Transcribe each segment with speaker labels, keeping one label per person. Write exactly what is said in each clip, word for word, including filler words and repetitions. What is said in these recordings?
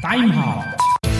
Speaker 1: Deimhardt.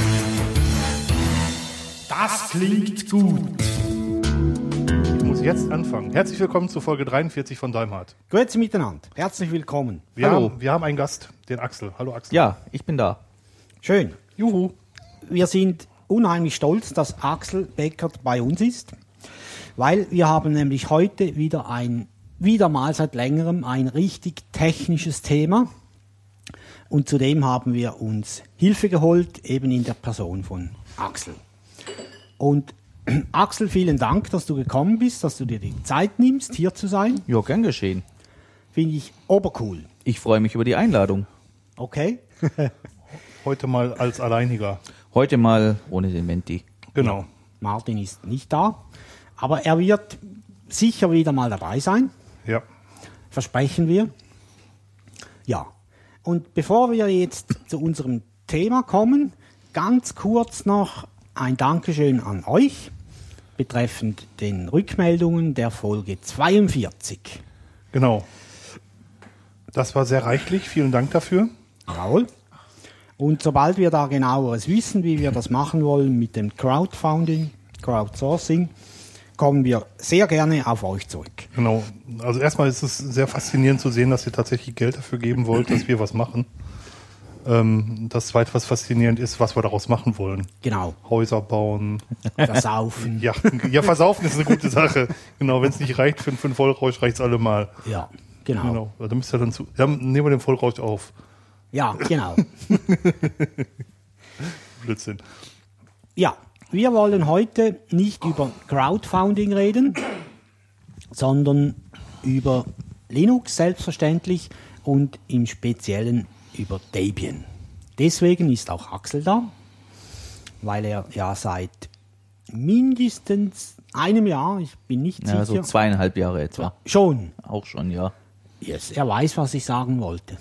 Speaker 1: Das klingt gut.
Speaker 2: Ich muss jetzt anfangen. Herzlich willkommen zu Folge dreiundvierzig von Deimhardt.
Speaker 3: Grüezi miteinander. Herzlich willkommen.
Speaker 2: Wir
Speaker 3: Hallo.
Speaker 2: haben, wir haben einen Gast, den Axel. Hallo Axel.
Speaker 4: Ja, ich bin da.
Speaker 3: Schön.
Speaker 2: Juhu.
Speaker 3: Wir sind unheimlich stolz, dass Axel Beckert bei uns ist, weil wir haben nämlich heute wieder ein, wieder mal seit längerem ein richtig technisches Thema. Und zudem haben wir uns Hilfe geholt, eben in der Person von Axel. Und Axel, vielen Dank, dass du gekommen bist, dass du dir die Zeit nimmst, hier zu sein.
Speaker 4: Ja, gern geschehen.
Speaker 3: Finde ich obercool.
Speaker 4: Ich freue mich über die Einladung.
Speaker 3: Okay?
Speaker 2: Heute mal als Alleiniger.
Speaker 4: Heute mal ohne den Menti.
Speaker 2: Genau.
Speaker 3: Martin ist nicht da, aber er wird sicher wieder mal dabei sein.
Speaker 2: Ja.
Speaker 3: Versprechen wir. Ja. Und bevor wir jetzt zu unserem Thema kommen, ganz kurz noch ein Dankeschön an euch betreffend den Rückmeldungen der Folge zweiundvierzig.
Speaker 2: Genau. Das war sehr reichlich. Vielen Dank dafür.
Speaker 3: Jawohl. Und sobald wir da genaueres wissen, wie wir das machen wollen mit dem Crowdfunding, Crowdsourcing, kommen wir sehr gerne auf euch zurück.
Speaker 2: Genau. Also erstmal ist es sehr faszinierend zu sehen, dass ihr tatsächlich Geld dafür geben wollt, dass wir was machen. Ähm, das zweite, was faszinierend ist, was wir daraus machen wollen.
Speaker 3: Genau.
Speaker 2: Häuser bauen.
Speaker 3: Versaufen.
Speaker 2: Ja, ja, versaufen ist eine gute Sache. Genau, wenn es nicht reicht für einen fünf Vollrausch, reicht es allemal.
Speaker 3: Ja, genau.
Speaker 2: Genau. Da müsst ihr dann zu. Ja, nehmen wir den Vollrausch auf.
Speaker 3: Ja, genau.
Speaker 2: Blödsinn.
Speaker 3: Ja, wir wollen heute nicht über Crowdfunding reden, sondern über Linux selbstverständlich und im Speziellen über Debian. Deswegen ist auch Axel da, weil er ja seit mindestens einem Jahr, ich bin nicht
Speaker 4: Ja,
Speaker 3: sicher.
Speaker 4: so zweieinhalb Jahre etwa.
Speaker 3: Schon.
Speaker 4: Auch schon, ja.
Speaker 3: Yes, er weiß, was ich sagen wollte.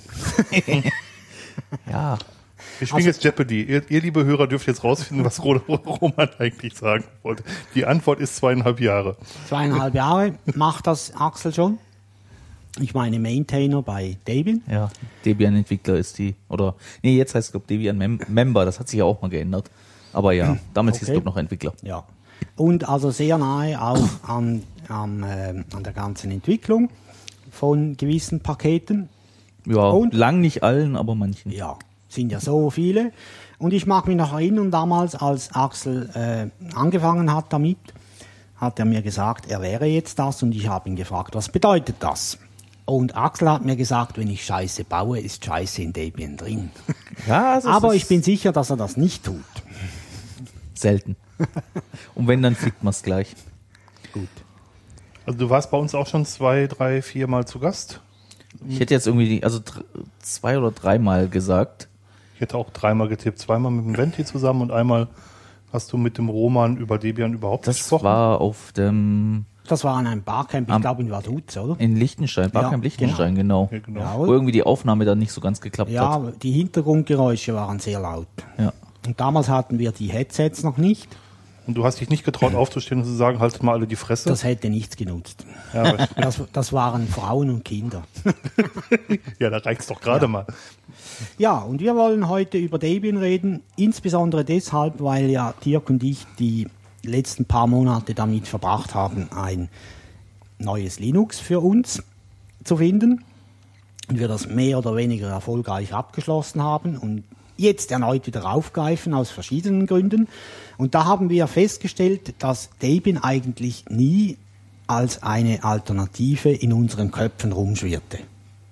Speaker 4: Ja.
Speaker 2: Wir spielen
Speaker 3: Also-
Speaker 2: jetzt Jeopardy. Ihr, ihr, liebe Hörer, dürft jetzt rausfinden, was Roman eigentlich sagen wollte. Die Antwort ist zweieinhalb Jahre.
Speaker 3: Zweieinhalb Jahre macht das Axel schon. Ich meine Maintainer bei Debian.
Speaker 4: Ja. Debian-Entwickler ist die, oder, nee, jetzt heißt es, glaube ich, Debian Mem Member. Das hat sich ja auch mal geändert. Aber ja, damals hieß es,
Speaker 3: Okay.
Speaker 4: glaube ich, noch Entwickler.
Speaker 3: Ja. Und also sehr nahe auch an, an, äh, an der ganzen Entwicklung von gewissen Paketen.
Speaker 4: Ja,
Speaker 3: Und?
Speaker 4: lang nicht allen, aber manchen.
Speaker 3: Ja, sind ja so viele. Und ich mag mich noch erinnern, damals, als Axel äh, angefangen hat damit, hat er mir gesagt, er wäre jetzt das. Und ich habe ihn gefragt, was bedeutet das? Und Axel hat mir gesagt, wenn ich Scheiße baue, ist Scheiße in Debian drin.
Speaker 4: Ja, also
Speaker 3: Aber
Speaker 4: es
Speaker 3: ich
Speaker 4: ist
Speaker 3: bin sicher, dass er das nicht tut.
Speaker 4: selten. Und wenn, dann fliegt man es gleich.
Speaker 3: Gut.
Speaker 2: Also du warst bei uns auch schon zwei, drei, vier Mal zu Gast.
Speaker 4: Ich hätte jetzt irgendwie, die, also dr- zwei oder dreimal gesagt.
Speaker 2: Ich hätte auch dreimal getippt. Zweimal mit dem Venti zusammen und einmal hast du mit dem Roman über Debian überhaupt
Speaker 4: Das
Speaker 2: gesprochen.
Speaker 4: war auf dem,
Speaker 3: Das war an einem Barcamp, ich
Speaker 4: Am-
Speaker 3: glaube in Vaduz, oder?
Speaker 4: in Liechtenstein, Barcamp
Speaker 3: Ja,
Speaker 4: Liechtenstein, genau.
Speaker 2: Ja, genau.
Speaker 3: Ja,
Speaker 4: Wo irgendwie die Aufnahme dann nicht so ganz geklappt hat.
Speaker 3: Ja, die Hintergrundgeräusche waren sehr laut.
Speaker 4: Ja.
Speaker 3: Und damals hatten wir die Headsets noch nicht.
Speaker 2: Und du hast dich nicht getraut, aufzustehen und zu sagen, haltet mal alle die Fresse.
Speaker 3: Das hätte nichts genutzt.
Speaker 2: ja, aber-
Speaker 3: Das, das waren Frauen und Kinder.
Speaker 2: ja, da reicht's doch gerade mal.
Speaker 3: Ja, und wir wollen heute über Debian reden, insbesondere deshalb, weil ja Dirk und ich die letzten paar Monate damit verbracht haben, ein neues Linux für uns zu finden. Und wir das mehr oder weniger erfolgreich abgeschlossen haben und jetzt erneut wieder aufgreifen aus verschiedenen Gründen. Und da haben wir festgestellt, dass Debian eigentlich nie als eine Alternative in unseren Köpfen rumschwirrte.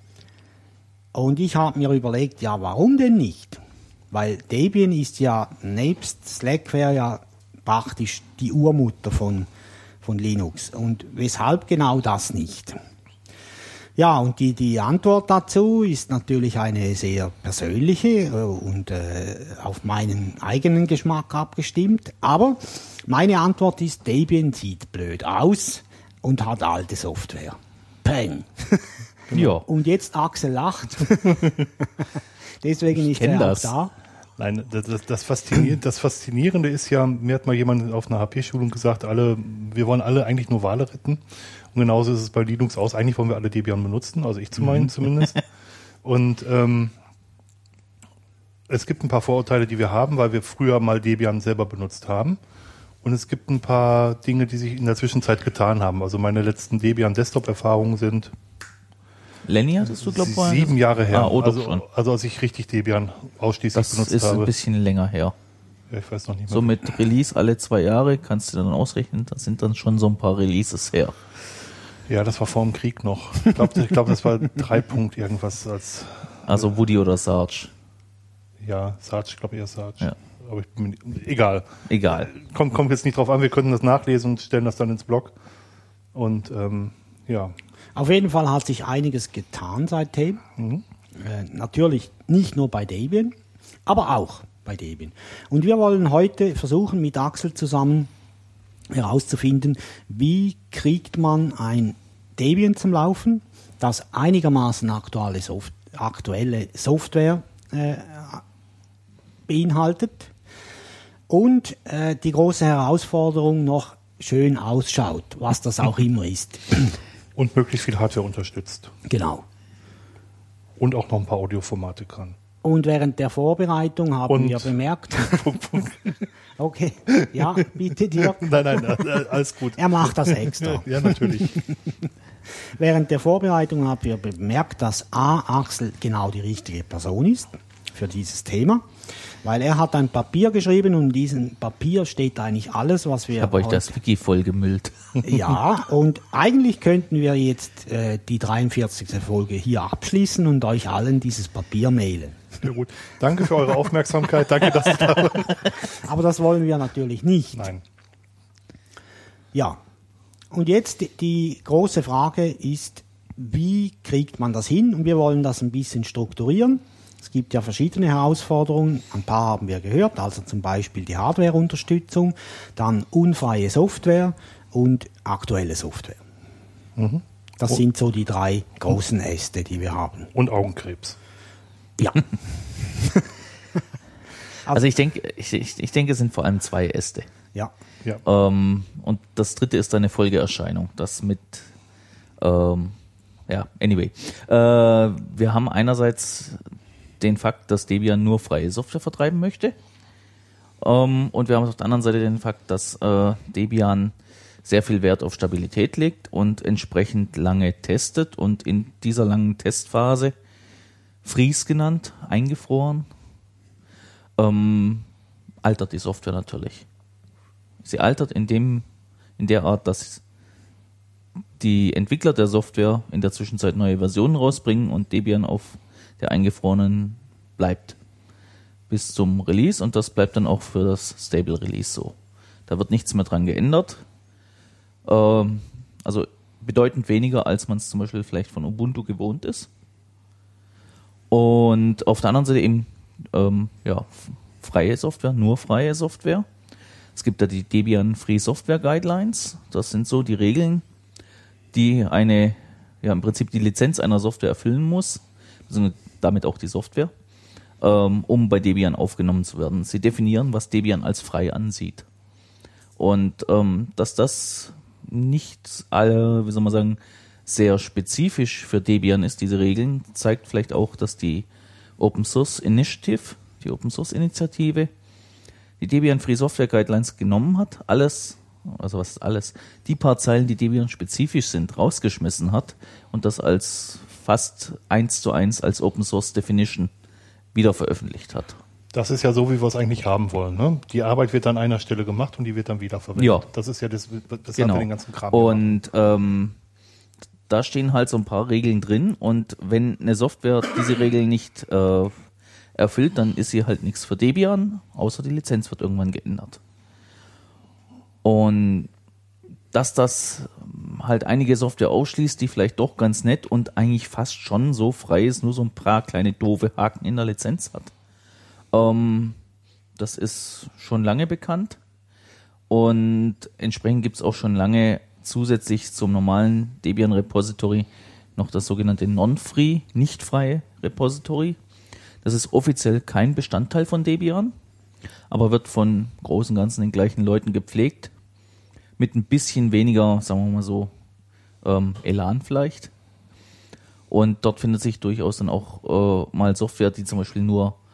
Speaker 3: Und ich habe mir überlegt, ja, warum denn nicht? Weil Debian ist ja nebst Slackware ja praktisch die Urmutter von, von Linux. Und weshalb genau das nicht? Ja, und die, die Antwort dazu ist natürlich eine sehr persönliche äh, und äh, auf meinen eigenen Geschmack abgestimmt. Aber meine Antwort ist, Debian sieht blöd aus und hat alte Software. Peng.
Speaker 4: Ja.
Speaker 3: Und jetzt Axel lacht. Deswegen ist
Speaker 4: kenn
Speaker 3: er auch
Speaker 4: das.
Speaker 3: da.
Speaker 2: Nein, das, das, das, Faszinierende, das Faszinierende ist ja, mir hat mal jemand auf einer H P-Schulung gesagt, alle, wir wollen alle eigentlich nur Wale retten. Und genauso ist es bei Linux aus. Eigentlich wollen wir alle Debian benutzen, also ich zu meinen zumindest. Und ähm, es gibt ein paar Vorurteile, die wir haben, weil wir früher mal Debian selber benutzt haben. Und es gibt ein paar Dinge, die sich in der Zwischenzeit getan haben. Also meine letzten Debian-Desktop-Erfahrungen sind
Speaker 4: Lenny hattest du, glaube ich,
Speaker 2: sieben Jahre her.
Speaker 4: Ah, oh, doch
Speaker 2: also,
Speaker 4: schon.
Speaker 2: also als ich richtig Debian ausschließlich
Speaker 4: Das
Speaker 2: benutzt
Speaker 4: ist
Speaker 2: habe.
Speaker 4: ein bisschen länger her.
Speaker 2: Ja, ich weiß noch nicht mehr.
Speaker 4: So mit Release alle zwei Jahre kannst du dann ausrechnen, da sind dann schon so ein paar Releases her.
Speaker 2: Ja, das war vor dem Krieg noch. Ich glaube, ich glaub, das war drei Punkt irgendwas als.
Speaker 4: Also Woody oder Sarge.
Speaker 2: Ja, Sarge, ich glaube eher Sarge.
Speaker 4: Ja.
Speaker 2: Aber ich bin mir, egal.
Speaker 4: Egal.
Speaker 2: Kommt, kommt jetzt nicht drauf an, wir können das nachlesen und stellen das dann ins Blog. Und ähm, ja.
Speaker 3: Auf jeden Fall hat sich einiges getan seitdem.
Speaker 2: Mhm.
Speaker 3: Äh, natürlich nicht nur bei Debian, aber auch bei Debian. Und wir wollen heute versuchen, mit Axel zusammen herauszufinden, wie kriegt man ein Debian zum Laufen, das einigermaßen aktuelle, Soft- aktuelle Software äh, beinhaltet und äh, die große Herausforderung noch schön ausschaut, was das auch immer ist.
Speaker 2: Und möglichst viel Hardware unterstützt.
Speaker 3: Genau.
Speaker 2: Und auch noch ein paar Audioformate kann.
Speaker 3: Und während der Vorbereitung haben
Speaker 2: Und-
Speaker 3: wir bemerkt, okay, ja, bitte Dirk,
Speaker 2: Nein, nein, äh, alles gut.
Speaker 3: er macht das extra.
Speaker 2: Ja, natürlich.
Speaker 3: Während der Vorbereitung haben wir bemerkt, dass A. Axel genau die richtige Person ist für dieses Thema, weil er hat ein Papier geschrieben und in diesem Papier steht eigentlich alles, was wir
Speaker 4: Ich habe euch
Speaker 3: heute-
Speaker 4: das Wiki vollgemüllt.
Speaker 3: Ja, und eigentlich könnten wir jetzt äh, die dreiundvierzigste Folge hier abschließen und euch allen dieses Papier mailen.
Speaker 2: Ja, gut. Danke für eure Aufmerksamkeit. Danke, dass du da warst.
Speaker 3: Aber das wollen wir natürlich nicht.
Speaker 2: Nein.
Speaker 3: Ja, und jetzt die, die große Frage ist, wie kriegt man das hin? Und wir wollen das ein bisschen strukturieren. Es gibt ja verschiedene Herausforderungen, ein paar haben wir gehört, also zum Beispiel die Hardware-Unterstützung, dann unfreie Software und aktuelle Software. Das
Speaker 2: Oh.
Speaker 3: sind so die drei großen Äste, die wir haben.
Speaker 2: Und Augenkrebs.
Speaker 3: Ja,
Speaker 4: Also ich denke, ich, ich, ich denke, es sind vor allem zwei Äste.
Speaker 3: ja.
Speaker 2: Ja.
Speaker 4: Ähm, und das dritte ist eine Folgeerscheinung. Das mit, ähm, ja, anyway. Äh, wir haben einerseits den Fakt, dass Debian nur freie Software vertreiben möchte. Ähm, und wir haben auf der anderen Seite den Fakt, dass äh, Debian sehr viel Wert auf Stabilität legt und entsprechend lange testet und in dieser langen Testphase, Freeze genannt, eingefroren, ähm, altert die Software natürlich. Sie altert in dem, in der Art, dass die Entwickler der Software in der Zwischenzeit neue Versionen rausbringen und Debian auf der eingefrorenen bleibt bis zum Release und das bleibt dann auch für das Stable Release so. Da wird nichts mehr dran geändert. Ähm, also bedeutend weniger, als man es zum Beispiel vielleicht von Ubuntu gewohnt ist. Und auf der anderen Seite eben ähm, ja, f- freie Software, nur freie Software. Es gibt da die Debian Free Software Guidelines. Das sind so die Regeln, die eine, ja im Prinzip die Lizenz einer Software erfüllen muss, beziehungsweise damit auch die Software, ähm, um bei Debian aufgenommen zu werden. Sie definieren, was Debian als frei ansieht. Und ähm, dass das nicht alle, wie soll man sagen, sehr spezifisch für Debian ist, diese Regeln, zeigt vielleicht auch, dass die Open Source Initiative, die Open Source Initiative, die Debian Free Software Guidelines genommen hat, alles, also was ist alles, die paar Zeilen, die Debian spezifisch sind, rausgeschmissen hat und das als fast eins zu eins als Open Source Definition wieder veröffentlicht hat.
Speaker 2: Das ist ja so, wie wir es eigentlich haben wollen. Ne? Die Arbeit wird an einer Stelle gemacht und die wird dann wiederverwendet.
Speaker 4: Ja.
Speaker 2: Das ist ja das, das
Speaker 4: Genau.
Speaker 2: wir den ganzen Kram gemacht.
Speaker 4: Und ähm, da stehen halt so ein paar Regeln drin und wenn eine Software diese Regeln nicht äh, erfüllt, dann ist sie halt nichts für Debian, außer die Lizenz wird irgendwann geändert. Und dass das halt einige Software ausschließt, die vielleicht doch ganz nett und eigentlich fast schon so frei ist, nur so ein paar kleine doofe Haken in der Lizenz hat. Ähm, das ist schon lange bekannt und entsprechend gibt es auch schon lange zusätzlich zum normalen Debian Repository noch das sogenannte Non-Free, nicht freie Repository. Das ist offiziell kein Bestandteil von Debian, aber wird von großen Ganzen den gleichen Leuten gepflegt, mit ein bisschen weniger, sagen wir mal so, ähm, Elan vielleicht. Und dort findet sich durchaus dann auch äh, mal Software, die zum Beispiel nur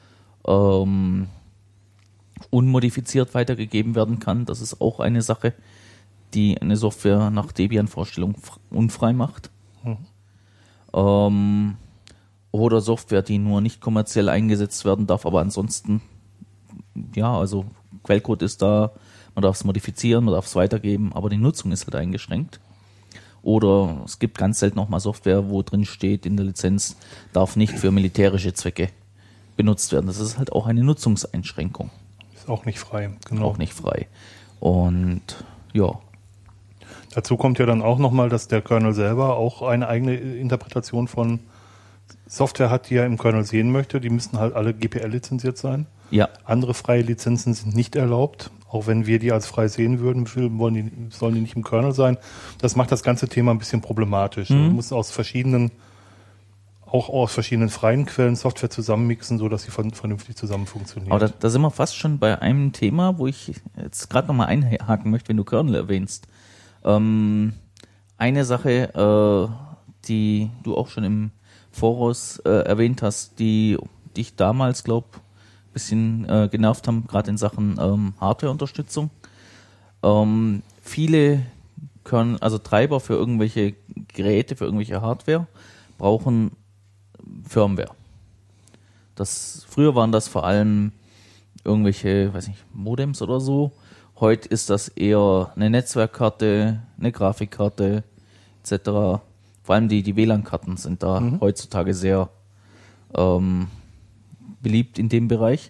Speaker 4: ähm, unmodifiziert weitergegeben werden kann. Das ist auch eine Sache, die eine Software nach Debian-Vorstellung unfrei macht. Mhm. Ähm, oder Software, die nur nicht kommerziell eingesetzt werden darf, aber ansonsten, ja, also Quellcode ist da, man darf es modifizieren, man darf es weitergeben, aber die Nutzung ist halt eingeschränkt. Oder es gibt ganz selten noch mal Software, wo drin steht in der Lizenz, darf nicht für militärische Zwecke benutzt werden. Das ist halt auch eine Nutzungseinschränkung.
Speaker 2: Ist auch nicht frei, genau.
Speaker 4: Auch nicht frei. Und ja.
Speaker 2: Dazu kommt ja dann auch nochmal, dass der Kernel selber auch eine eigene Interpretation von Software hat, die er im Kernel sehen möchte. Die müssen halt alle G P L lizenziert sein.
Speaker 4: Ja.
Speaker 2: Andere freie Lizenzen sind nicht erlaubt. Auch wenn wir die als frei sehen würden, wollen die, sollen die nicht im Kernel sein. Das macht das ganze Thema ein bisschen problematisch. Mhm. Man muss aus verschiedenen, auch aus verschiedenen freien Quellen Software zusammenmixen, sodass sie vernünftig zusammen funktioniert.
Speaker 4: Aber da, da sind wir fast schon bei einem Thema, wo ich jetzt gerade nochmal einhaken möchte, wenn du Kernel erwähnst. Ähm, eine Sache, äh, die du auch schon im Voraus äh, erwähnt hast, die dich damals, glaube ich, ein bisschen äh, genervt haben, gerade in Sachen ähm, Hardware-Unterstützung. Ähm, viele Kernel, also Treiber für irgendwelche Geräte, für irgendwelche Hardware, brauchen Firmware. Das, früher waren das vor allem irgendwelche, weiß nicht, Modems oder so. Heute ist das eher eine Netzwerkkarte, eine Grafikkarte et cetera. Vor allem die, die W L A N-Karten sind da mhm. heutzutage sehr ähm, beliebt in dem Bereich.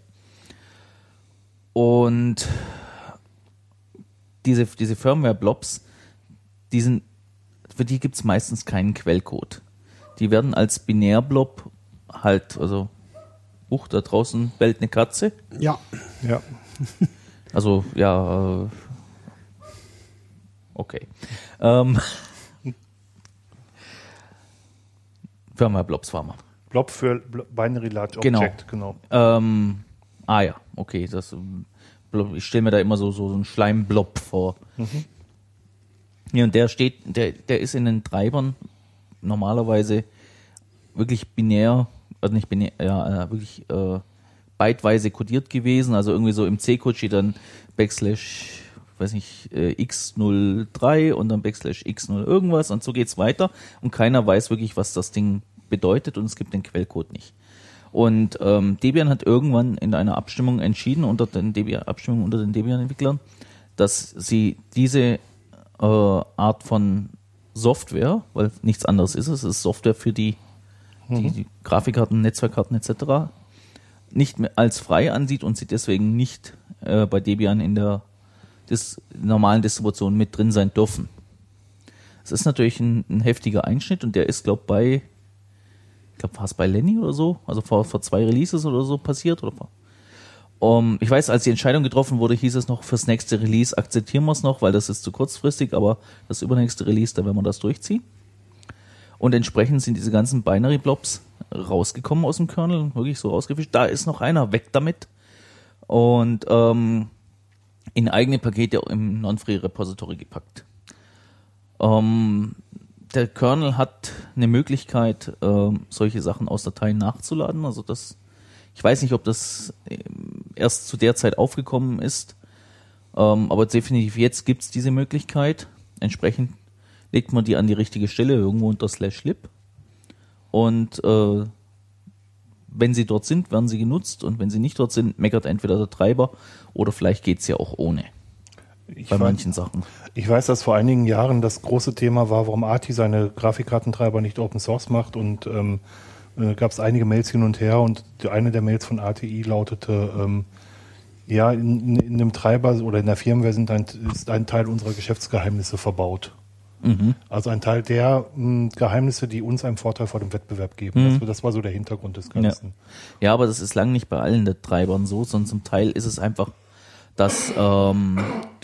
Speaker 4: Und diese, diese Firmware-Blobs, die sind, für die gibt es meistens keinen Quellcode. Die werden als Binärblob halt, also, uch, da draußen bellt eine Katze.
Speaker 3: Ja.
Speaker 2: Ja.
Speaker 4: Also, ja, äh, okay. Ähm, Firmware-Blobs waren wir.
Speaker 2: Blob für Binary Large
Speaker 4: Genau.
Speaker 2: Object, genau.
Speaker 4: Ähm, ah ja, okay. Das, ich stelle mir da immer so, so, so einen Schleimblob vor. Mhm. Ja, und der steht, der, der ist in den Treibern normalerweise wirklich binär, also nicht binär, ja, wirklich äh, byteweise kodiert gewesen. Also irgendwie so im C-Code steht dann Backslash, weiß nicht, äh, x null drei und dann Backslash x null irgendwas und so geht's weiter. Und keiner weiß wirklich, was das Ding bedeutet und es gibt den Quellcode nicht. Und ähm, Debian hat irgendwann in einer Abstimmung entschieden, unter den Debian, Abstimmung unter den Debian-Entwicklern, dass sie diese äh, Art von Software, weil nichts anderes ist es, es ist Software für die, mhm. die, die Grafikkarten, Netzwerkkarten et cetera, nicht mehr als frei ansieht und sie deswegen nicht äh, bei Debian in der des normalen Distribution mit drin sein dürfen. Es ist natürlich ein, ein heftiger Einschnitt und der ist, glaube ich, bei ich glaube, war es bei Lenny oder so, also vor, vor zwei Releases oder so passiert. Oder vor. Um, ich weiß, als die Entscheidung getroffen wurde, hieß es noch, fürs nächste Release akzeptieren wir es noch, weil das ist zu kurzfristig, aber das übernächste Release, da werden wir das durchziehen. Und entsprechend sind diese ganzen Binary-Blobs rausgekommen aus dem Kernel, wirklich so rausgefischt. Da ist noch einer, weg damit. Und ähm, in eigene Pakete im Non-Free-Repository gepackt. Ähm, der Kernel hat eine Möglichkeit, äh, solche Sachen aus Dateien nachzuladen. Also das, ich weiß nicht, ob das erst zu der Zeit aufgekommen ist, ähm, aber definitiv jetzt gibt es diese Möglichkeit. Entsprechend legt man die an die richtige Stelle, irgendwo unter slash lib. Und äh, wenn sie dort sind, werden sie genutzt und wenn sie nicht dort sind, meckert entweder der Treiber oder vielleicht geht es ja auch ohne.
Speaker 2: Ich
Speaker 4: bei
Speaker 2: weiß,
Speaker 4: manchen Sachen.
Speaker 2: Ich weiß, dass vor einigen Jahren das große Thema war, warum A T I seine Grafikkartentreiber nicht Open Source macht und ähm, äh, gab es einige Mails hin und her und die, eine der Mails von A T I lautete, ähm, ja, in, in dem Treiber oder in der Firmware sind ein, ist ein Teil unserer Geschäftsgeheimnisse verbaut. Mhm. Also ein Teil der mh, Geheimnisse, die uns einen Vorteil vor dem Wettbewerb geben. Mhm. Das, das war so der Hintergrund des Ganzen.
Speaker 4: Ja, ja, aber das ist lange nicht bei allen der Treibern so, sondern zum Teil ist es einfach, dass ähm,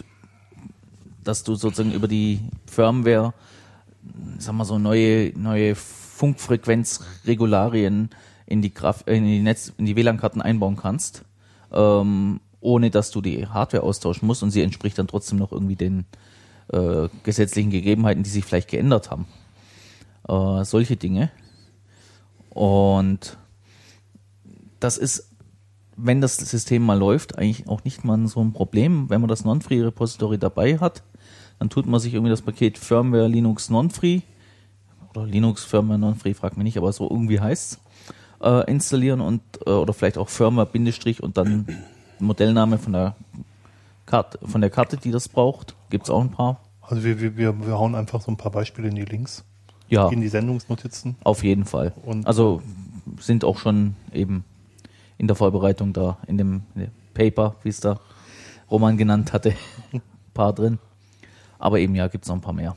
Speaker 4: dass du sozusagen über die Firmware, sagen wir so, neue, neue Funkfrequenzregularien in die Graf- in die Netz, in die W L A N-Karten einbauen kannst, ähm, ohne dass du die Hardware austauschen musst und sie entspricht dann trotzdem noch irgendwie den äh, gesetzlichen Gegebenheiten, die sich vielleicht geändert haben. Äh, solche Dinge. Und das ist wenn das System mal läuft, eigentlich auch nicht mal so ein Problem. Wenn man das Non-Free-Repository dabei hat, dann tut man sich irgendwie das Paket Firmware Linux Non-Free oder Linux Firmware Non-Free, fragt mich nicht, aber so irgendwie heißt's, äh, installieren und äh, oder vielleicht auch Firmware Bindestrich und dann Modellname von der Karte, von der Karte, die das braucht. Gibt's auch ein paar.
Speaker 2: Also wir, wir, wir wir hauen einfach so ein paar Beispiele in die Links,
Speaker 4: Ja,
Speaker 2: in die Sendungsnotizen.
Speaker 4: auf jeden Fall.
Speaker 2: Und
Speaker 4: Also sind auch schon eben in der Vorbereitung da, in dem Paper, wie es da Roman genannt hatte, ein paar drin. Aber eben ja, gibt es noch ein paar mehr.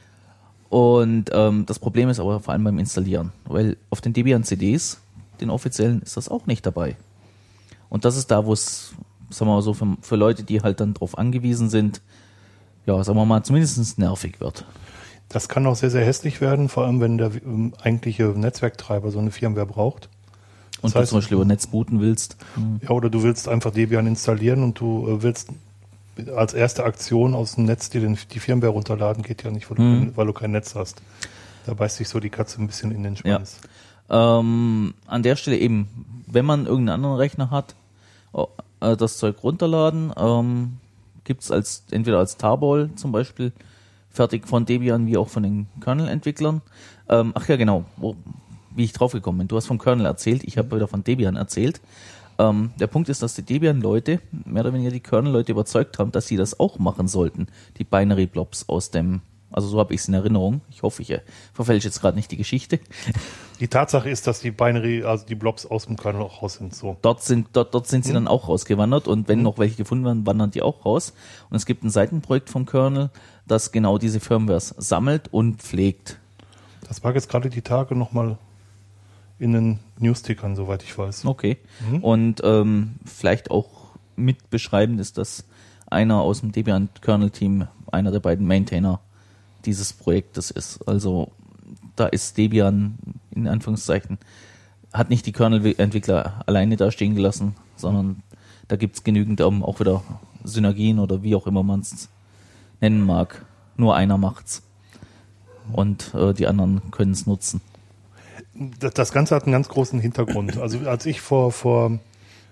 Speaker 4: Und ähm, das Problem ist aber vor allem beim Installieren, weil auf den Debian-C Ds, den offiziellen, ist das auch nicht dabei. Und das ist da, wo es, sagen wir mal so, für, für Leute, die halt dann drauf angewiesen sind, ja, sagen wir mal, zumindest nervig wird.
Speaker 2: Das kann auch sehr, sehr hässlich werden, vor allem wenn der ähm, eigentliche Netzwerktreiber so eine Firmware braucht.
Speaker 4: Und
Speaker 2: Das
Speaker 4: du
Speaker 2: heißt,
Speaker 4: zum Beispiel über Netz booten willst.
Speaker 2: Ja, oder du willst einfach Debian installieren und du äh, willst als erste Aktion aus dem Netz dir den, die Firmware runterladen, geht ja nicht, weil du,
Speaker 4: Mhm.
Speaker 2: kein, weil du kein Netz hast. Da beißt sich so die Katze ein bisschen in den Schwanz.
Speaker 4: Ähm, an der Stelle eben, wenn man irgendeinen anderen Rechner hat, äh, das Zeug runterladen, ähm, gibt es als, entweder als Tarball zum Beispiel, fertig von Debian wie auch von den Kernel-Entwicklern. Ähm, ach ja, genau, wo, wie ich drauf gekommen bin. Du hast vom Kernel erzählt, ich habe wieder von Debian erzählt. Ähm, der Punkt ist, dass die Debian-Leute, mehr oder weniger die Kernel-Leute überzeugt haben, dass sie das auch machen sollten, die Binary-Blobs aus dem, also so habe ich es in Erinnerung. Ich hoffe, ich äh, verfälsche jetzt gerade nicht die Geschichte.
Speaker 2: Die Tatsache ist, dass die Binary, also die Blobs aus dem Kernel auch raus sind. So.
Speaker 4: Dort sind, dort, dort sind sie
Speaker 2: Mhm.
Speaker 4: dann auch rausgewandert und wenn
Speaker 2: Mhm.
Speaker 4: noch welche gefunden werden, wandern die auch raus. Und es gibt ein Seitenprojekt vom Kernel, das genau diese Firmwares sammelt und pflegt.
Speaker 2: Das war jetzt gerade die Tage nochmal in den Newstickern, soweit ich weiß.
Speaker 4: Okay.
Speaker 2: Mhm.
Speaker 4: Und ähm, vielleicht auch mit beschreibend ist, dass einer aus dem Debian-Kernel-Team, einer der beiden Maintainer dieses Projektes ist. Also da ist Debian, in Anführungszeichen, hat nicht die Kernel-Entwickler alleine da stehen gelassen, sondern da gibt es genügend um, auch wieder Synergien oder wie auch immer man es nennen mag. Nur einer macht's. Und äh, die anderen können es nutzen.
Speaker 2: Das, das Ganze hat einen ganz großen Hintergrund. Also als ich vor, vor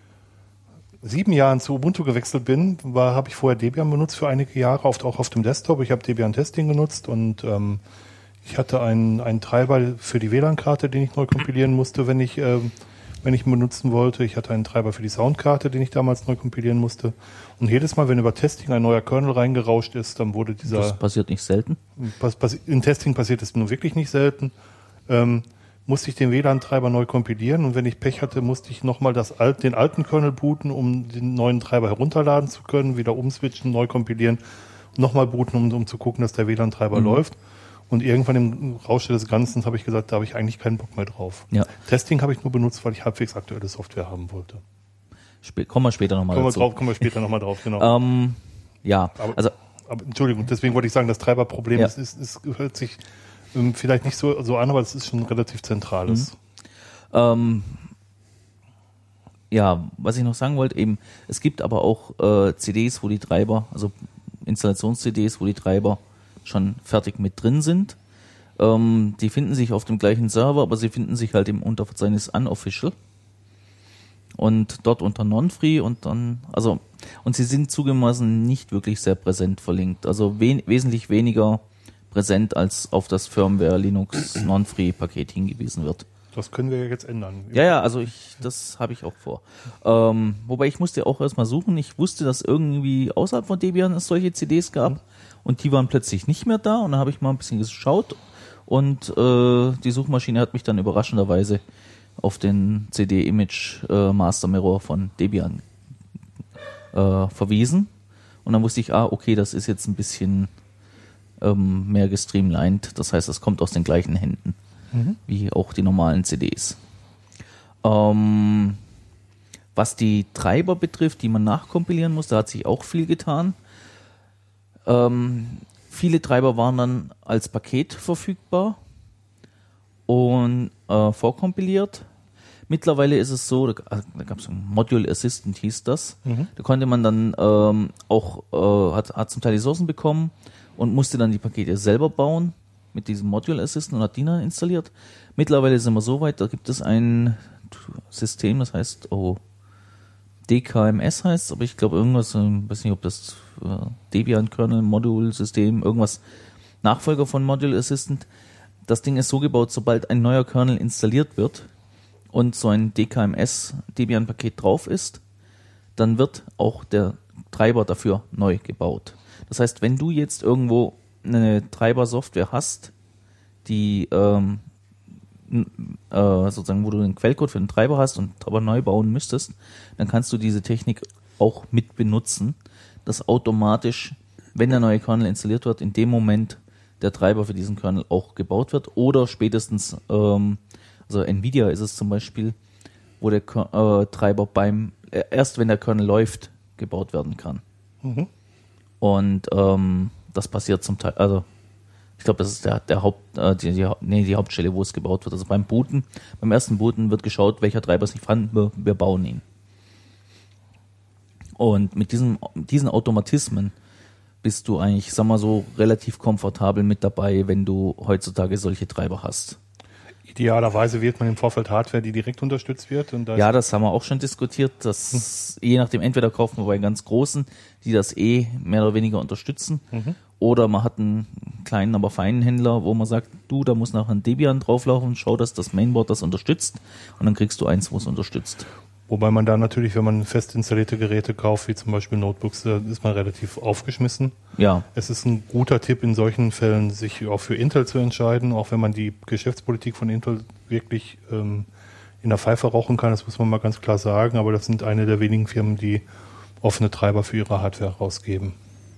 Speaker 2: sieben Jahren zu Ubuntu gewechselt bin, war, habe ich vorher Debian benutzt für einige Jahre, oft auch auf dem Desktop. Ich habe Debian Testing genutzt und ähm, ich hatte einen, einen Treiber für die W L A N-Karte, den ich neu kompilieren musste, wenn ich, ähm, wenn ich ihn benutzen wollte. Ich hatte einen Treiber für die Soundkarte, den ich damals neu kompilieren musste. Und jedes Mal, wenn über Testing ein neuer Kernel reingerauscht ist, dann wurde dieser...
Speaker 4: Das passiert nicht selten.
Speaker 2: Pass, pass, in Testing passiert es nur wirklich nicht selten. Ähm, musste ich den W L A N-Treiber neu kompilieren und wenn ich Pech hatte, musste ich nochmal das alt, den alten Kernel booten, um den neuen Treiber herunterladen zu können, wieder umswitchen, neu kompilieren, nochmal booten, um, um zu gucken, dass der W L A N-Treiber
Speaker 4: Mhm.
Speaker 2: läuft. Und irgendwann im Rausch des Ganzen habe ich gesagt, da habe ich eigentlich keinen Bock mehr drauf.
Speaker 4: Ja.
Speaker 2: Testing habe ich nur benutzt, weil ich halbwegs aktuelle Software haben wollte.
Speaker 4: Spä- kommen wir später nochmal
Speaker 2: Kommen wir
Speaker 4: dazu.
Speaker 2: drauf, kommen wir später nochmal drauf, genau.
Speaker 4: Ähm, ja,
Speaker 2: Aber-
Speaker 4: also
Speaker 2: Aber Entschuldigung, deswegen wollte ich sagen, das Treiberproblem
Speaker 4: Ja.
Speaker 2: ist, ist, ist, hört sich ähm, vielleicht nicht so, so an, aber es ist schon relativ zentrales.
Speaker 4: ähm, ja, was ich noch sagen wollte, eben, es gibt aber auch äh, C Ds, wo die Treiber, also Installations-C Ds, wo die Treiber schon fertig mit drin sind. Ähm, die finden sich auf dem gleichen Server, aber sie finden sich halt im Unterverzeichnis Unofficial. Und dort unter Non-Free und dann, also, und sie sind zugegebenermaßen nicht wirklich sehr präsent verlinkt. Also wen, wesentlich weniger präsent, als auf das Firmware Linux Non-Free-Paket hingewiesen wird.
Speaker 2: Das können wir ja jetzt ändern.
Speaker 4: Ja, ja, also ich, das habe ich auch vor. Ähm, wobei ich musste auch erstmal suchen. Ich wusste, dass irgendwie außerhalb von Debian es solche C Ds gab
Speaker 2: Mhm.
Speaker 4: und die waren plötzlich nicht mehr da und dann habe ich mal ein bisschen geschaut und äh, die Suchmaschine hat mich dann überraschenderweise auf den C D-Image äh, Master Mirror von Debian äh, verwiesen und dann wusste ich, ah, okay, das ist jetzt ein bisschen ähm, mehr gestreamlined. Das heißt, es kommt aus den gleichen Händen wie auch die normalen C Ds. Ähm, was die Treiber betrifft, die man nachkompilieren muss, da hat sich auch viel getan. Ähm, viele Treiber waren dann als Paket verfügbar und äh, vorkompiliert. Mittlerweile ist es so, da, da gab es ein Module Assistant, hieß das.
Speaker 2: Mhm.
Speaker 4: Da konnte man dann ähm, auch, äh, hat, hat zum Teil die Ressourcen bekommen und musste dann die Pakete selber bauen mit diesem Module Assistant und hat die dann installiert. Mittlerweile sind wir so weit, da gibt es ein System, das heißt, oh, D K M S heißt, aber ich glaube irgendwas, ich weiß nicht, ob das äh, Debian Kernel Module System, irgendwas Nachfolger von Module Assistant. Das Ding ist so gebaut, sobald ein neuer Kernel installiert wird und so ein D K M S Debian Paket drauf ist, dann wird auch der Treiber dafür neu gebaut. Das heißt, wenn du jetzt irgendwo eine Treiber-Software hast, die ähm, äh, sozusagen, wo du den Quellcode für den Treiber hast und aber neu bauen müsstest, dann kannst du diese Technik auch mit benutzen, dass automatisch, wenn der neue Kernel installiert wird, in dem Moment der Treiber für diesen Kernel auch gebaut wird oder spätestens, ähm, also Nvidia ist es zum Beispiel, wo der äh, Treiber beim, äh, erst wenn der Kernel läuft, gebaut werden kann. Mhm. Und ähm, das passiert zum Teil, also ich glaube, das ist der, der Haupt, äh, die, die, nee, die Hauptstelle, wo es gebaut wird. Also beim Booten, beim ersten Booten wird geschaut, welcher Treiber ist nicht vorhanden, wir, wir bauen ihn. Und mit diesem, diesen Automatismen bist du eigentlich, sag mal so, relativ komfortabel mit dabei, wenn du heutzutage solche Treiber hast.
Speaker 2: Idealerweise wählt man im Vorfeld Hardware, die direkt unterstützt wird. Und da
Speaker 4: ja, das haben wir auch schon diskutiert. Dass hm. je nachdem, entweder kaufen wir bei ganz Großen, die das eh mehr oder weniger unterstützen, mhm. oder man hat einen kleinen, aber feinen Händler, wo man sagt, du, da muss nachher ein Debian drauflaufen, schau, dass das Mainboard das unterstützt, und dann kriegst du eins, wo es unterstützt.
Speaker 2: Wobei man da natürlich, wenn man fest installierte Geräte kauft, wie zum Beispiel Notebooks, da ist man relativ aufgeschmissen.
Speaker 4: Ja.
Speaker 2: Es ist ein guter Tipp in solchen Fällen, sich auch für Intel zu entscheiden, auch wenn man die Geschäftspolitik von Intel wirklich ähm, in der Pfeife rauchen kann, das muss man mal ganz klar sagen, aber das sind eine der wenigen Firmen, die offene Treiber für ihre Hardware rausgeben.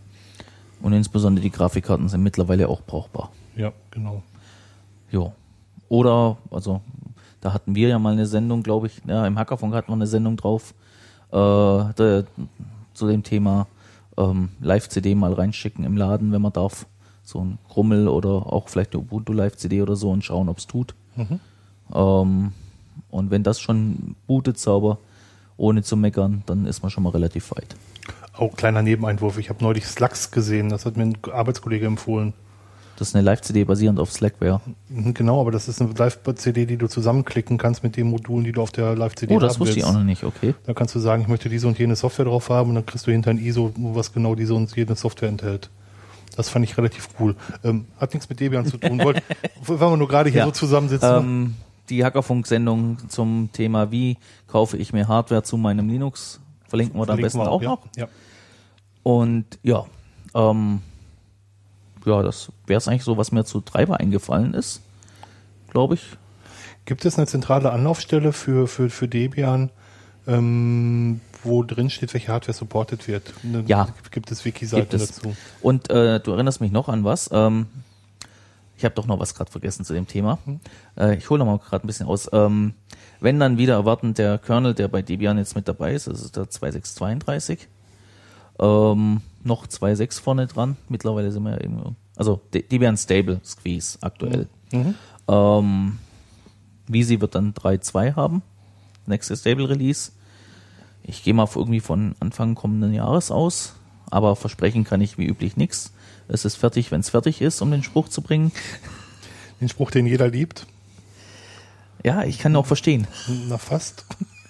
Speaker 4: Und insbesondere die Grafikkarten sind mittlerweile auch brauchbar.
Speaker 2: Ja, genau.
Speaker 4: Jo. Oder, also da hatten wir ja mal eine Sendung, glaube ich, ja, im Hackerfunk hatten wir eine Sendung drauf, äh, der, zu dem Thema ähm, Live-C D mal reinschicken im Laden, wenn man darf. So ein Grummel oder auch vielleicht eine Ubuntu Live-C D oder so und schauen, ob es tut. Mhm. Ähm, und wenn das schon bootet sauber, ohne zu meckern, dann ist man schon mal relativ weit.
Speaker 2: Auch kleiner Nebeneinwurf, ich habe neulich Slacks gesehen, das hat mir ein Arbeitskollege empfohlen.
Speaker 4: Das ist eine Live-C D basierend auf Slackware.
Speaker 2: Genau, aber das ist eine Live-C D, die du zusammenklicken kannst mit den Modulen, die du auf der Live-C D
Speaker 4: hast.
Speaker 2: haben
Speaker 4: Oh, das wusste
Speaker 2: willst.
Speaker 4: ich auch noch nicht, okay.
Speaker 2: Da kannst du sagen, ich möchte diese und jene Software drauf haben, und dann kriegst du hinter ein I S O, was genau diese und jene Software enthält. Das fand ich relativ cool. Ähm, hat nichts mit Debian zu tun, wollt, weil wir nur gerade hier
Speaker 4: ja.
Speaker 2: so zusammensitzen.
Speaker 4: Ähm, die Hackerfunk-Sendung zum Thema, wie kaufe ich mir Hardware zu meinem Linux, verlinken wir da am besten auch, auch
Speaker 2: ja,
Speaker 4: noch.
Speaker 2: Ja.
Speaker 4: Und ja, ähm, ja, das wäre es eigentlich so, was mir zu Treiber eingefallen ist, glaube ich.
Speaker 2: Gibt es eine zentrale Anlaufstelle für, für, für Debian, ähm, wo drin steht, welche Hardware supported wird? Eine,
Speaker 4: ja.
Speaker 2: Gibt es Wiki-Seiten
Speaker 4: gibt es.
Speaker 2: dazu?
Speaker 4: Und äh, du erinnerst mich noch an was. Ähm, ich habe doch noch was gerade vergessen zu dem Thema. Hm. Äh, ich hole noch mal gerade ein bisschen aus. Ähm, wenn dann wieder erwartend der Kernel, der bei Debian jetzt mit dabei ist, das ist der zwei sechs zweiunddreißig, ähm, noch zwei Punkt sechs vorne dran. Mittlerweile sind wir ja eben, also Debian Stable Squeeze aktuell. Mhm. Ähm, Visi wird dann drei Punkt zwei haben. Nächste Stable Release. Ich gehe mal irgendwie von Anfang kommenden Jahres aus, aber versprechen kann ich wie üblich nichts. Es ist fertig, wenn es fertig ist, um den Spruch zu bringen.
Speaker 2: Den Spruch, den jeder liebt?
Speaker 4: Ja, ich kann ihn auch verstehen.
Speaker 2: Na, fast.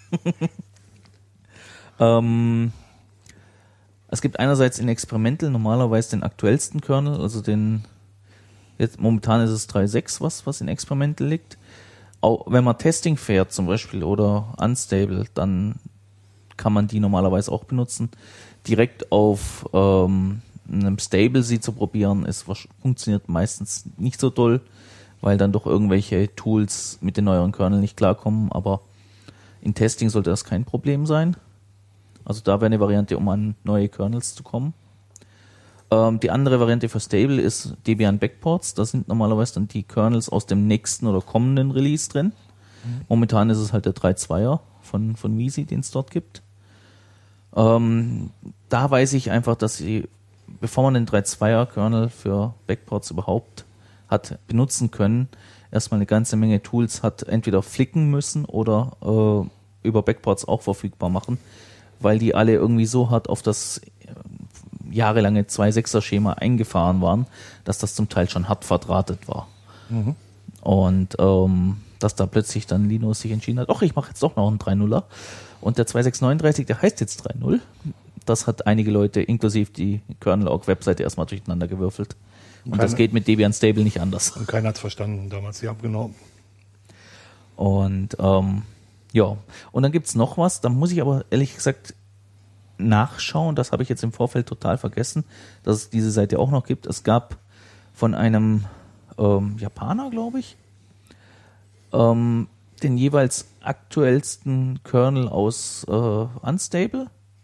Speaker 4: ähm, es gibt einerseits in Experimental normalerweise den aktuellsten Kernel, also den, jetzt momentan ist es drei Punkt sechs, was, was in Experimental liegt. Auch wenn man Testing fährt zum Beispiel oder Unstable, dann kann man die normalerweise auch benutzen. Direkt auf ähm, einem Stable sie zu probieren, ist, funktioniert meistens nicht so toll, weil dann doch irgendwelche Tools mit den neueren Kernel nicht klarkommen, aber in Testing sollte das kein Problem sein. Also da wäre eine Variante, um an neue Kernels zu kommen. Ähm, die andere Variante für Stable ist Debian Backports. Da sind normalerweise dann die Kernels aus dem nächsten oder kommenden Release drin. Mhm. Momentan ist es halt der drei Punkt zweier von, von Visi, den es dort gibt. Ähm, da weiß ich einfach, dass sie, bevor man den drei Punkt zweier Kernel für Backports überhaupt hat benutzen können, erstmal eine ganze Menge Tools hat entweder flicken müssen oder äh, über Backports auch verfügbar machen, weil die alle irgendwie so hart auf das jahrelange zwei Punkt sechser Schema eingefahren waren, dass das zum Teil schon hart verdrahtet war. Mhm. Und ähm, dass da plötzlich dann Linus sich entschieden hat, ach, ich mache jetzt doch noch einen drei Punkt nuller. Und der zwei Punkt sechs neununddreißig, der heißt jetzt drei Punkt null. Das hat einige Leute, inklusive die Kernel-Org-Webseite, erstmal durcheinander gewürfelt. Und
Speaker 2: Keine,
Speaker 4: das geht mit Debian Stable nicht anders.
Speaker 2: Und keiner hat es verstanden damals, ja, genau.
Speaker 4: Und ähm, ja, und dann gibt's noch was, da muss ich aber ehrlich gesagt nachschauen, das habe ich jetzt im Vorfeld total vergessen, dass es diese Seite auch noch gibt. Es gab von einem ähm, Japaner, glaube ich, ähm, den jeweils aktuellsten Kernel aus äh, Unstable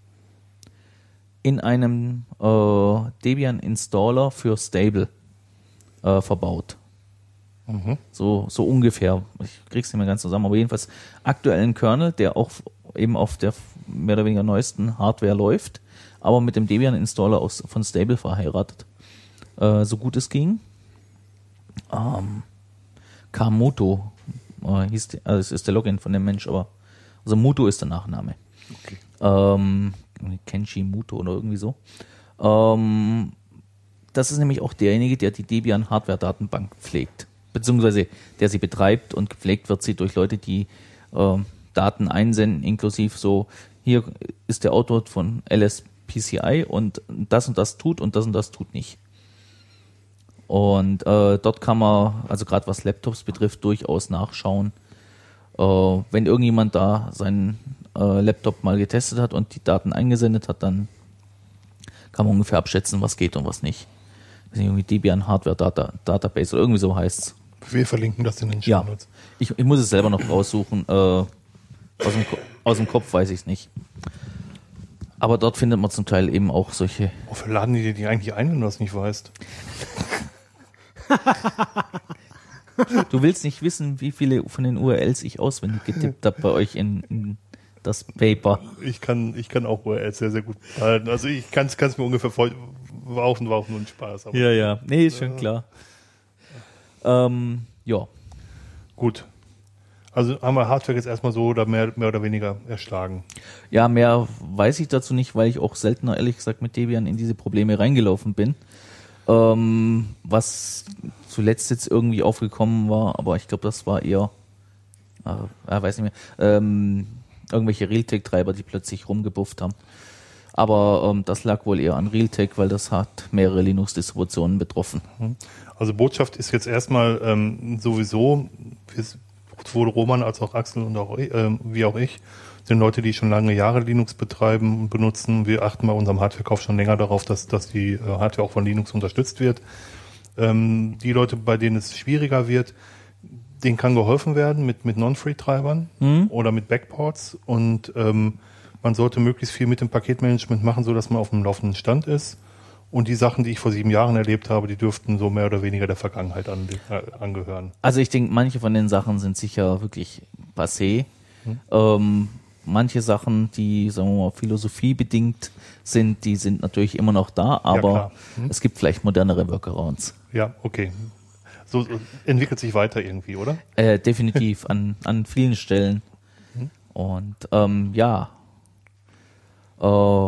Speaker 4: in einem äh, Debian Installer für Stable äh, verbaut.
Speaker 2: Mhm.
Speaker 4: So, so ungefähr. Ich krieg's nicht mehr ganz zusammen, aber jedenfalls aktuellen Kernel, der auch eben auf der mehr oder weniger neuesten Hardware läuft, aber mit dem Debian Installer aus, von Stable verheiratet. Äh, so gut es ging. Ähm, Kamoto äh, hieß die, also es ist der Login von dem Mensch, aber also Muto ist der Nachname.
Speaker 2: Okay.
Speaker 4: Ähm, Kenshi Muto oder irgendwie so. Ähm, das ist nämlich auch derjenige, der die Debian Hardware-Datenbank pflegt, beziehungsweise der sie betreibt, und gepflegt wird sie durch Leute, die äh, Daten einsenden, inklusive so, hier ist der Autor von L S P C I und das und das tut und das und das tut nicht. Und äh, dort kann man, also gerade was Laptops betrifft, durchaus nachschauen. Äh, wenn irgendjemand da seinen äh, Laptop mal getestet hat und die Daten eingesendet hat, dann kann man ungefähr abschätzen, was geht und was nicht. Das ist irgendwie Debian Hardware Data, Database oder irgendwie so heißt's.
Speaker 2: Wir verlinken das in den
Speaker 4: Ja,
Speaker 2: Shownotes.
Speaker 4: ich, ich muss es selber noch raussuchen. Äh, aus, dem, Ko- aus dem Kopf weiß ich es nicht. Aber dort findet man zum Teil eben auch solche.
Speaker 2: Wofür laden die dir die eigentlich ein, wenn du das nicht weißt?
Speaker 4: Du willst nicht wissen, wie viele von den U R Ls ich auswendig getippt habe bei euch in, in das Paper.
Speaker 2: Ich kann, ich kann auch U R Ls sehr, sehr gut behalten. Also ich kann es mir ungefähr voll, war auch, war auch nur ein Spaß. Aber
Speaker 4: Ja, ja. Nee, ist schon klar. Ähm, ja.
Speaker 2: gut. Also haben wir Hardware jetzt erstmal so oder mehr, mehr oder weniger erschlagen.
Speaker 4: Ja, mehr weiß ich dazu nicht, weil ich auch seltener, ehrlich gesagt, mit Debian in diese Probleme reingelaufen bin. Ähm, was zuletzt jetzt irgendwie aufgekommen war, aber ich glaube, das war eher, äh, ja, weiß nicht mehr, ähm, irgendwelche Realtek-Treiber, die plötzlich rumgebufft haben. Aber ähm, das lag wohl eher an Realtek, weil das hat mehrere Linux-Distributionen betroffen.
Speaker 2: Also Botschaft ist jetzt erstmal ähm, sowieso, sowohl Roman als auch Axel und auch äh, wie auch ich, sind Leute, die schon lange Jahre Linux betreiben und benutzen. Wir achten bei unserem Hardwarekauf schon länger darauf, dass, dass die äh, Hardware auch von Linux unterstützt wird. Ähm, die Leute, bei denen es schwieriger wird, denen kann geholfen werden mit, mit Non-Free-Treibern
Speaker 4: Mhm.
Speaker 2: oder mit Backports, und ähm, man sollte möglichst viel mit dem Paketmanagement machen, so dass man auf dem laufenden Stand ist. Und die Sachen, die ich vor sieben Jahren erlebt habe, die dürften so mehr oder weniger der Vergangenheit an, äh, angehören.
Speaker 4: Also ich denke, manche von den Sachen sind sicher wirklich passé.
Speaker 2: Hm.
Speaker 4: Ähm, manche Sachen, die, sagen wir mal, philosophiebedingt sind, die sind natürlich immer noch da, aber
Speaker 2: klar. Hm.
Speaker 4: es gibt vielleicht modernere Workarounds.
Speaker 2: Ja, okay. So, so entwickelt sich weiter irgendwie, oder?
Speaker 4: Äh, definitiv an, an vielen Stellen.
Speaker 2: Hm.
Speaker 4: Und ähm, ja, äh,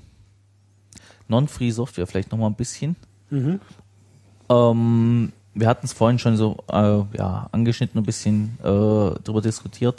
Speaker 4: Non-Free Software vielleicht nochmal ein bisschen.
Speaker 3: Mhm.
Speaker 4: Ähm, wir hatten es vorhin schon so äh, ja, angeschnitten, ein bisschen äh, darüber diskutiert.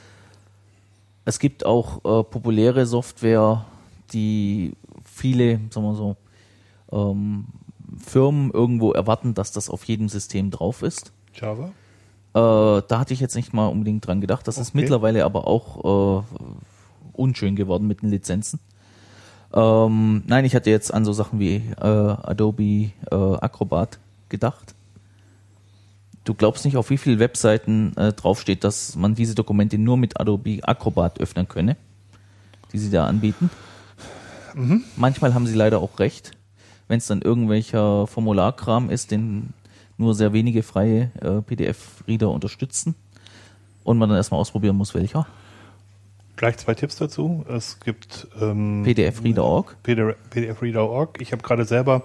Speaker 4: Es gibt auch äh, populäre Software, die viele, sagen wir so, ähm, Firmen irgendwo erwarten, dass das auf jedem System drauf ist.
Speaker 2: Java?
Speaker 4: Äh, da hatte ich jetzt nicht mal unbedingt dran gedacht. Das ist
Speaker 2: Okay.
Speaker 4: mittlerweile aber auch äh, unschön geworden mit den Lizenzen. Ähm, nein, ich hatte jetzt an so Sachen wie äh, Adobe äh, Acrobat gedacht. Du glaubst nicht, auf wie vielen Webseiten äh, draufsteht, dass man diese Dokumente nur mit Adobe Acrobat öffnen könne, die sie da anbieten.
Speaker 2: Mhm.
Speaker 4: Manchmal haben sie leider auch recht, wenn es dann irgendwelcher Formularkram ist, den nur sehr wenige freie äh, P D F-Reader unterstützen und man dann erstmal ausprobieren muss, welcher.
Speaker 2: Gleich zwei Tipps dazu. Es gibt ähm,
Speaker 4: P D F Reader Punkt org.
Speaker 2: P D F Reader Punkt org. Ich habe gerade selber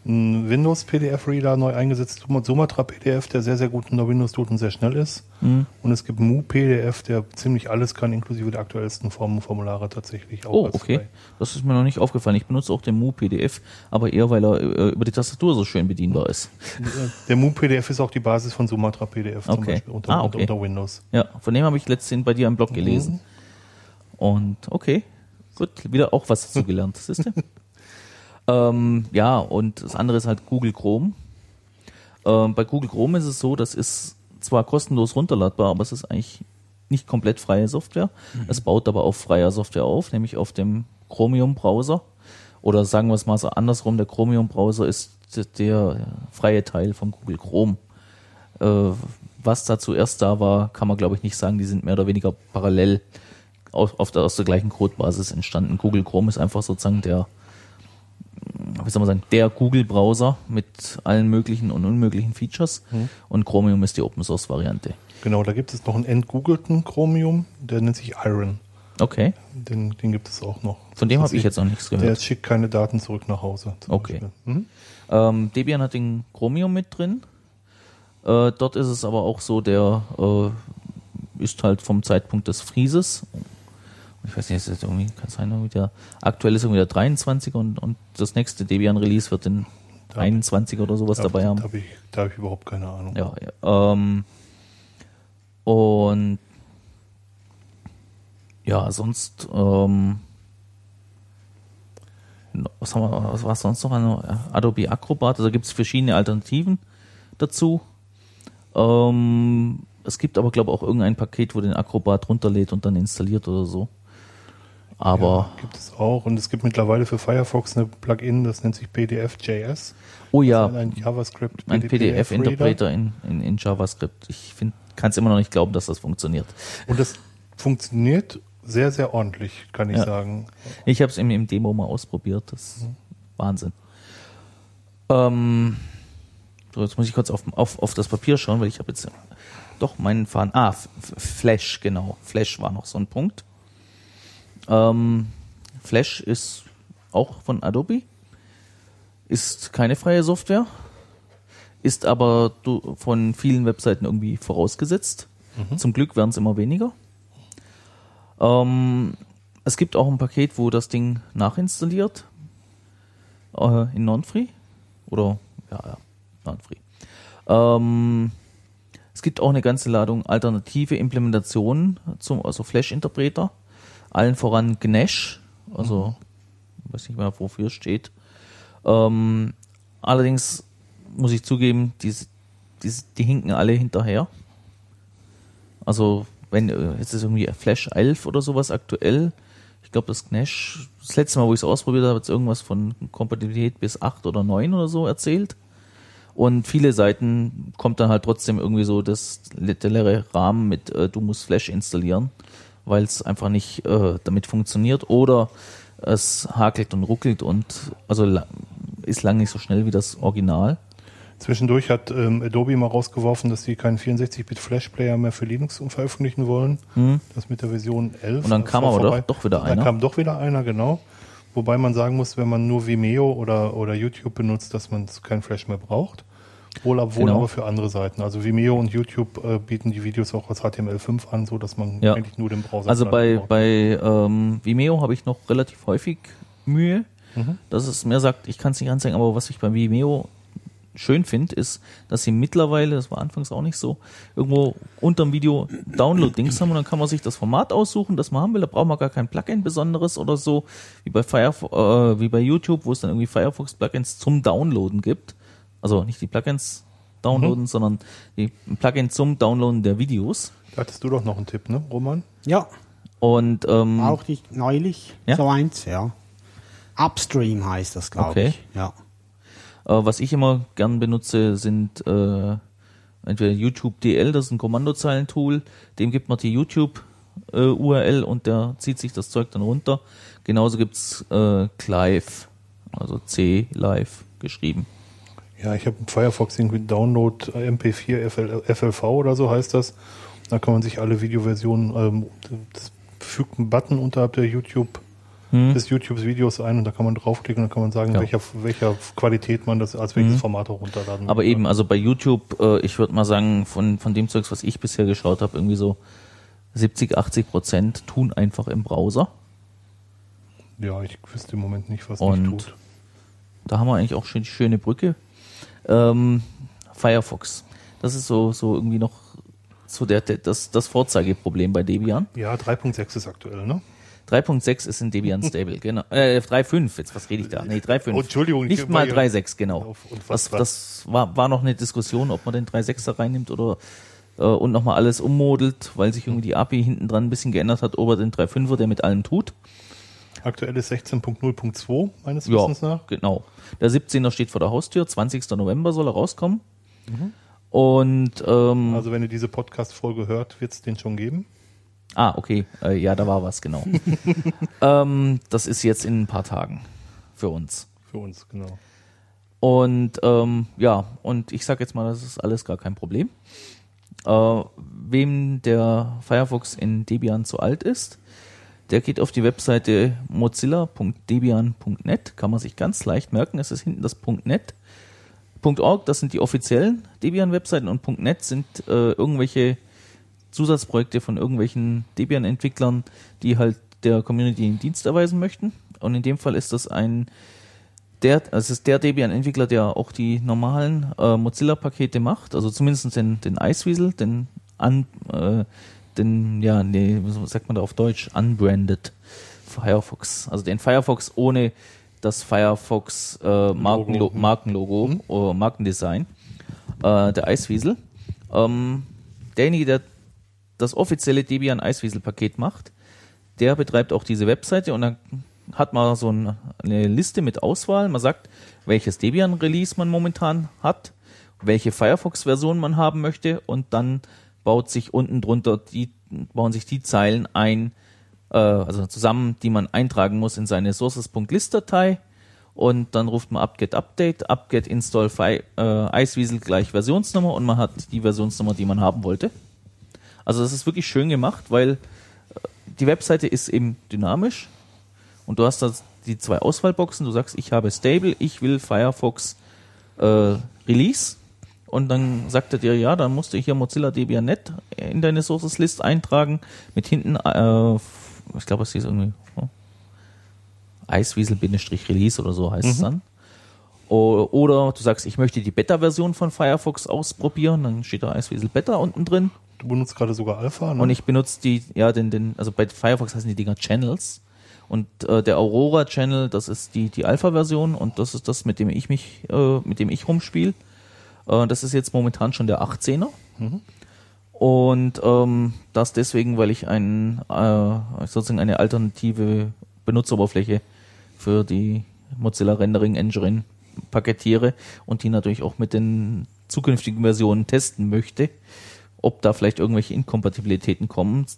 Speaker 2: ein Windows-P D F-Reader neu eingesetzt, Sumatra-P D F, der sehr, sehr gut unter Windows tut und sehr schnell ist.
Speaker 4: Mhm.
Speaker 2: Und es gibt Mu-P D F, der ziemlich alles kann, inklusive der aktuellsten Formen und Formulare tatsächlich auch.
Speaker 4: Oh,
Speaker 2: als
Speaker 4: okay.
Speaker 2: frei.
Speaker 4: Das ist mir noch nicht aufgefallen. Ich benutze auch den Mu-P D F, aber eher, weil er äh, über die Tastatur so schön bedienbar ist.
Speaker 2: Der Mu-P D F ist auch die Basis von Sumatra-P D F zum
Speaker 4: Okay.
Speaker 2: Beispiel unter,
Speaker 4: Ah, okay.
Speaker 2: unter, unter Windows.
Speaker 4: Ja, von dem habe ich letztens bei dir im Blog gelesen.
Speaker 2: Mhm.
Speaker 4: Und okay, gut, wieder auch was dazu gelernt, siehst du? ähm, ja, und das andere ist halt Google Chrome. Ähm, bei Google Chrome ist es so, das ist zwar kostenlos runterladbar, aber es ist eigentlich nicht komplett freie Software. Mhm. Es baut aber auf freier Software auf, nämlich auf dem Chromium-Browser. Oder sagen wir es mal so andersrum, der Chromium-Browser ist der freie Teil von Google Chrome. Äh, was da zuerst da war, kann man glaube ich nicht sagen. Die sind mehr oder weniger parallel auf, auf der, aus der gleichen Codebasis entstanden. Google Chrome ist einfach sozusagen der, wie soll man sagen, der Google-Browser mit allen möglichen und unmöglichen Features. Mhm. Und Chromium ist die Open-Source-Variante.
Speaker 2: Genau, da gibt es noch einen entgoogelten Chromium, der nennt sich Iron.
Speaker 4: Okay.
Speaker 2: Den, den gibt es auch noch.
Speaker 4: Von dem habe ich jetzt noch nichts gehört.
Speaker 2: Der schickt keine Daten zurück nach Hause.
Speaker 4: Okay.
Speaker 2: Mhm.
Speaker 4: Ähm, Debian hat den Chromium mit drin. Äh, dort ist es aber auch so, der äh, ist halt vom Zeitpunkt des Frieses. Ich weiß nicht, ist jetzt irgendwie, kann sein, irgendwie der aktuell ist irgendwie der dreiundzwanziger und, und das nächste Debian-Release wird den da einundzwanziger oder sowas
Speaker 2: da,
Speaker 4: dabei
Speaker 2: da,
Speaker 4: haben.
Speaker 2: Da habe ich, da hab ich überhaupt keine Ahnung.
Speaker 4: Ja, ja. Ähm, und ja, sonst ähm, was haben wir, was war sonst noch? Adobe Acrobat, also da gibt es verschiedene Alternativen dazu. Ähm, es gibt aber, glaube ich, auch irgendein Paket, wo den Acrobat runterlädt und dann installiert oder so. Aber
Speaker 2: ja, gibt es auch. Und es gibt mittlerweile für Firefox eine Plugin, das nennt sich P D F Punkt J S.
Speaker 4: Oh ja,
Speaker 2: ein JavaScript
Speaker 4: ein P D F-Interpreter in, in, in JavaScript. Ich kann es immer noch nicht glauben, dass das funktioniert.
Speaker 2: Und das funktioniert sehr, sehr ordentlich, kann ich
Speaker 4: ja.
Speaker 2: sagen.
Speaker 4: Ich habe es im, im Demo mal ausprobiert. Das ist mhm. Wahnsinn. Ähm, so, jetzt muss ich kurz auf, auf, auf das Papier schauen, weil ich habe jetzt doch meinen Faden. Ah, F- Flash, genau. Flash war noch so ein Punkt. Ähm, Flash ist auch von Adobe. Ist keine freie Software. Ist aber du, von vielen Webseiten irgendwie vorausgesetzt. Mhm. Zum Glück werden es immer weniger. Ähm, es gibt auch ein Paket, wo das Ding nachinstalliert äh, in Non-Free oder ja, ja Non-Free. Ähm, es gibt auch eine ganze Ladung alternative Implementationen zum also Flash-Interpreter, allen voran Gnash, also ich weiß nicht mehr wofür es steht. Ähm, allerdings muss ich zugeben, die, die, die hinken alle hinterher. Also wenn, jetzt ist irgendwie Flash elf oder sowas aktuell. Ich glaube, das Gnash, das letzte Mal, wo ich es ausprobiert habe, hat es irgendwas von Kompatibilität bis acht oder neun oder so erzählt. Und viele Seiten kommt dann halt trotzdem irgendwie so das, der leere Rahmen mit, äh, du musst Flash installieren, weil es einfach nicht äh, damit funktioniert. Oder es hakelt und ruckelt und also la- ist lang nicht so schnell wie das Original.
Speaker 2: Zwischendurch hat ähm, Adobe mal rausgeworfen, dass sie keinen vierundsechzig-Bit-Flash-Player mehr für Linux veröffentlichen wollen.
Speaker 4: Hm.
Speaker 2: Das mit der Version elf.
Speaker 4: Und dann kam aber doch, doch wieder einer.
Speaker 2: Dann kam doch wieder einer, genau. Wobei man sagen muss, wenn man nur Vimeo oder, oder YouTube benutzt, dass man kein Flash mehr braucht. Wohl, wohl
Speaker 4: Genau.
Speaker 2: aber für andere Seiten. Also Vimeo und YouTube äh, bieten die Videos auch als H T M L fünf an, so dass man
Speaker 4: Ja.
Speaker 2: eigentlich nur den Browser
Speaker 4: Also bei,
Speaker 2: braucht.
Speaker 4: bei ähm, Vimeo habe ich noch relativ häufig Mühe,
Speaker 2: Mhm.
Speaker 4: dass es mir sagt, ich kann es nicht anzeigen, aber was ich bei Vimeo schön finde, ist, dass sie mittlerweile, das war anfangs auch nicht so, irgendwo unterm Video Download-Dings haben und dann kann man sich das Format aussuchen, das man haben will. Da braucht man gar kein Plugin Besonderes oder so, wie bei Firefox, äh, wie bei YouTube, wo es dann irgendwie Firefox-Plugins zum Downloaden gibt. Also nicht die Plugins downloaden,
Speaker 2: Mhm.
Speaker 4: sondern die Plugins zum Downloaden der Videos.
Speaker 2: Da hattest du doch noch einen Tipp, ne, Roman?
Speaker 3: Ja,
Speaker 4: Und ähm,
Speaker 3: auch die, neulich
Speaker 4: Ja?
Speaker 3: so eins, ja. Upstream heißt das, glaube
Speaker 4: Okay.
Speaker 3: ich. Ja.
Speaker 4: Äh, was ich immer gern benutze, sind äh, entweder YouTube D L, das ist ein Kommandozeilentool, dem gibt man die YouTube-U R L und der zieht sich das Zeug dann runter. Genauso gibt's äh, Clive, also C-Live geschrieben.
Speaker 2: Ja, ich habe Firefox irgendwie Download äh, M P vier F L, F L V oder so heißt das. Da kann man sich alle Videoversionen, ähm, das fügt einen Button unterhalb der YouTube hm. des YouTubes-Videos ein und da kann man draufklicken und dann kann man sagen, ja. welcher, welcher Qualität man das, als welches hm. Format auch runterladen
Speaker 4: Aber eben, also bei YouTube, äh, ich würde mal sagen, von, von dem Zeugs, was ich bisher geschaut habe, irgendwie so siebzig, achtzig Prozent tun einfach im Browser.
Speaker 2: Ja, ich wüsste im Moment nicht, was
Speaker 4: und
Speaker 2: nicht tut.
Speaker 4: Da haben wir eigentlich auch schon die schöne Brücke. Ähm, Firefox. Das ist so, so irgendwie noch so der, der, das, das Vorzeigeproblem bei Debian.
Speaker 2: Ja, drei Punkt sechs ist aktuell, ne?
Speaker 4: drei Punkt sechs ist in Debian Stable, genau. Äh, drei Punkt fünf, jetzt was rede ich da? Nee, drei Punkt fünf.
Speaker 2: Oh, Entschuldigung.
Speaker 4: Nicht mal drei Punkt sechs, genau.
Speaker 2: Und
Speaker 4: was,
Speaker 2: was,
Speaker 4: das war, war noch eine Diskussion, ob man den drei Punkt sechs da reinnimmt oder äh, und nochmal alles ummodelt, weil sich irgendwie die A P I hinten dran ein bisschen geändert hat, ob er den drei Punkt fünfer, der mit allem tut.
Speaker 2: Aktuell ist sechzehn Punkt null Punkt zwei meines
Speaker 4: ja,
Speaker 2: Wissens nach.
Speaker 4: Genau. Der siebzehner steht vor der Haustür, zwanzigster November soll er rauskommen. Mhm. Und ähm,
Speaker 2: also wenn ihr diese Podcast-Folge hört, wird es den schon geben.
Speaker 4: Ah, okay. Äh, ja, da war was, genau. ähm, das ist jetzt in ein paar Tagen für uns.
Speaker 2: Für uns, genau.
Speaker 4: Und ähm, ja, und ich sage jetzt mal, das ist alles gar kein Problem. Äh, wem der Firefox in Debian zu alt ist, der geht auf die Webseite mozilla punkt debian punkt net, kann man sich ganz leicht merken, es ist hinten das .net. .org, das sind die offiziellen Debian-Webseiten und .net sind äh, irgendwelche Zusatzprojekte von irgendwelchen Debian-Entwicklern, die halt der Community einen Dienst erweisen möchten. Und in dem Fall ist das ein der, also es ist der Debian-Entwickler, der auch die normalen äh, Mozilla-Pakete macht, also zumindest den, den Iceweasel, den, un, äh, den, ja, nee, was sagt man da auf Deutsch? Unbranded Firefox. Also den Firefox ohne das Firefox äh, Markenlo- Markenlogo mhm. oder Markendesign, äh, der Iceweasel. Ähm, derjenige, der das offizielle Debian Iceweasel-Paket macht, der betreibt auch diese Webseite und dann hat man so eine Liste mit Auswahl. Man sagt, welches Debian-Release man momentan hat, welche Firefox-Version man haben möchte und dann baut sich unten drunter die, bauen sich die Zeilen ein, äh, also zusammen, die man eintragen muss in seine sources.list-Datei und dann ruft man apt-get update, apt-get install fi- äh, Iceweasel gleich Versionsnummer und man hat die Versionsnummer, die man haben wollte. Also das ist wirklich schön gemacht, weil die Webseite ist eben dynamisch und du hast da die zwei Auswahlboxen. Du sagst, ich habe Stable, ich will Firefox äh, Release und dann sagt er dir, ja, dann musst du hier Mozilla Debian Punkt net in deine Sources List eintragen mit hinten, äh, ich glaube, es ist irgendwie oh, Iceweasel-Release oder so heißt mhm. es dann. O- oder du sagst, ich möchte die Beta-Version von Firefox ausprobieren, dann steht da Iceweasel Beta unten drin.
Speaker 2: Du benutzt gerade sogar Alpha, ne?
Speaker 4: Und ich benutze die, ja, den, den, also bei Firefox heißen die Dinger Channels. Und äh, der Aurora Channel, das ist die, die Alpha-Version und das ist das, mit dem ich mich, äh, mit dem ich rumspiele. Äh, das ist jetzt momentan schon der achtzehner. Mhm. Und ähm, das deswegen, weil ich ein, äh, sozusagen eine alternative Benutzeroberfläche für die Mozilla Rendering Engine paketiere und die natürlich auch mit den zukünftigen Versionen testen möchte, ob da vielleicht irgendwelche Inkompatibilitäten kommen.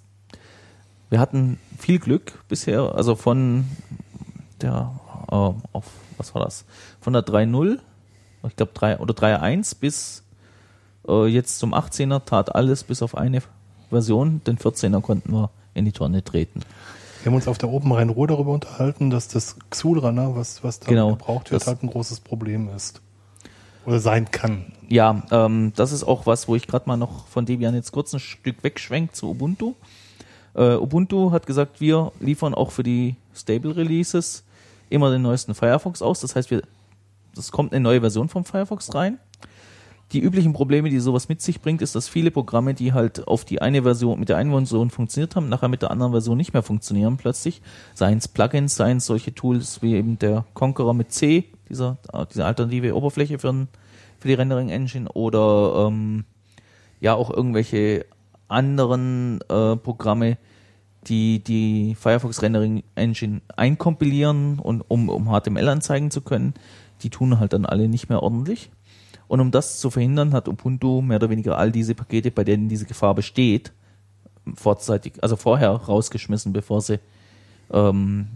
Speaker 4: Wir hatten viel Glück bisher, also von der, äh, auf, was war das? Von der drei Punkt null, ich glaube drei oder drei Punkt eins bis äh, jetzt zum achtzehner tat alles bis auf eine Version. Den vierzehner konnten wir in die Tonne treten.
Speaker 2: Wir haben uns auf der Open Rhein-Ruhr darüber unterhalten, dass das Xulrunner, was, was da
Speaker 4: genau,
Speaker 2: gebraucht wird, halt ein großes Problem ist. Oder sein kann.
Speaker 4: Ja, ähm, das ist auch was, wo ich gerade mal noch von Debian jetzt kurz ein Stück wegschwenke zu Ubuntu. Äh, Ubuntu hat gesagt, wir liefern auch für die Stable Releases immer den neuesten Firefox aus. Das heißt, wir, das kommt eine neue Version vom Firefox rein. Die üblichen Probleme, die sowas mit sich bringt, ist, dass viele Programme, die halt auf die eine Version, mit der einen Version funktioniert haben, nachher mit der anderen Version nicht mehr funktionieren plötzlich. Seien es Plugins, seien es solche Tools wie eben der Conqueror mit C, dieser, diese alternative Oberfläche für, ein, für die Rendering Engine oder ähm, ja auch irgendwelche anderen äh, Programme, die die Firefox Rendering Engine einkompilieren und um, um H T M L anzeigen zu können, die tun halt dann alle nicht mehr ordentlich. Und um das zu verhindern, hat Ubuntu mehr oder weniger all diese Pakete, bei denen diese Gefahr besteht, vorzeitig, also vorher rausgeschmissen, bevor sie ähm,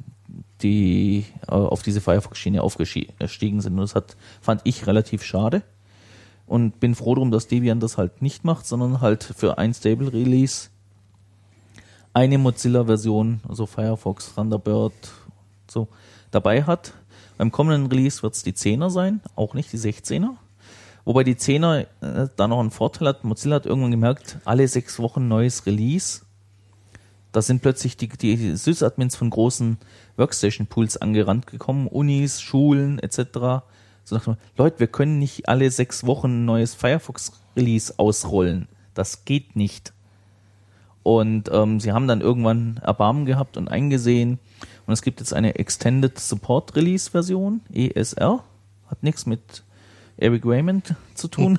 Speaker 4: die äh, auf diese Firefox-Schiene aufgestiegen sind. Und das hat, fand ich relativ schade. Und bin froh drum, dass Debian das halt nicht macht, sondern halt für ein Stable Release eine Mozilla-Version, also Firefox, Thunderbird, so dabei hat. Beim kommenden Release wird es die zehner sein, auch nicht die sechzehner. Wobei die zehner äh, da noch einen Vorteil hat. Mozilla hat irgendwann gemerkt, alle sechs Wochen neues Release. Da sind plötzlich die, die Sysadmins von großen Workstation-Pools angerannt gekommen, Unis, Schulen et cetera. So dachte man, Leute, wir können nicht alle sechs Wochen ein neues Firefox-Release ausrollen. Das geht nicht. Und ähm, sie haben dann irgendwann Erbarmen gehabt und eingesehen. Und es gibt jetzt eine Extended Support Release Version, E S R. Hat nichts mit Eric Raymond zu tun.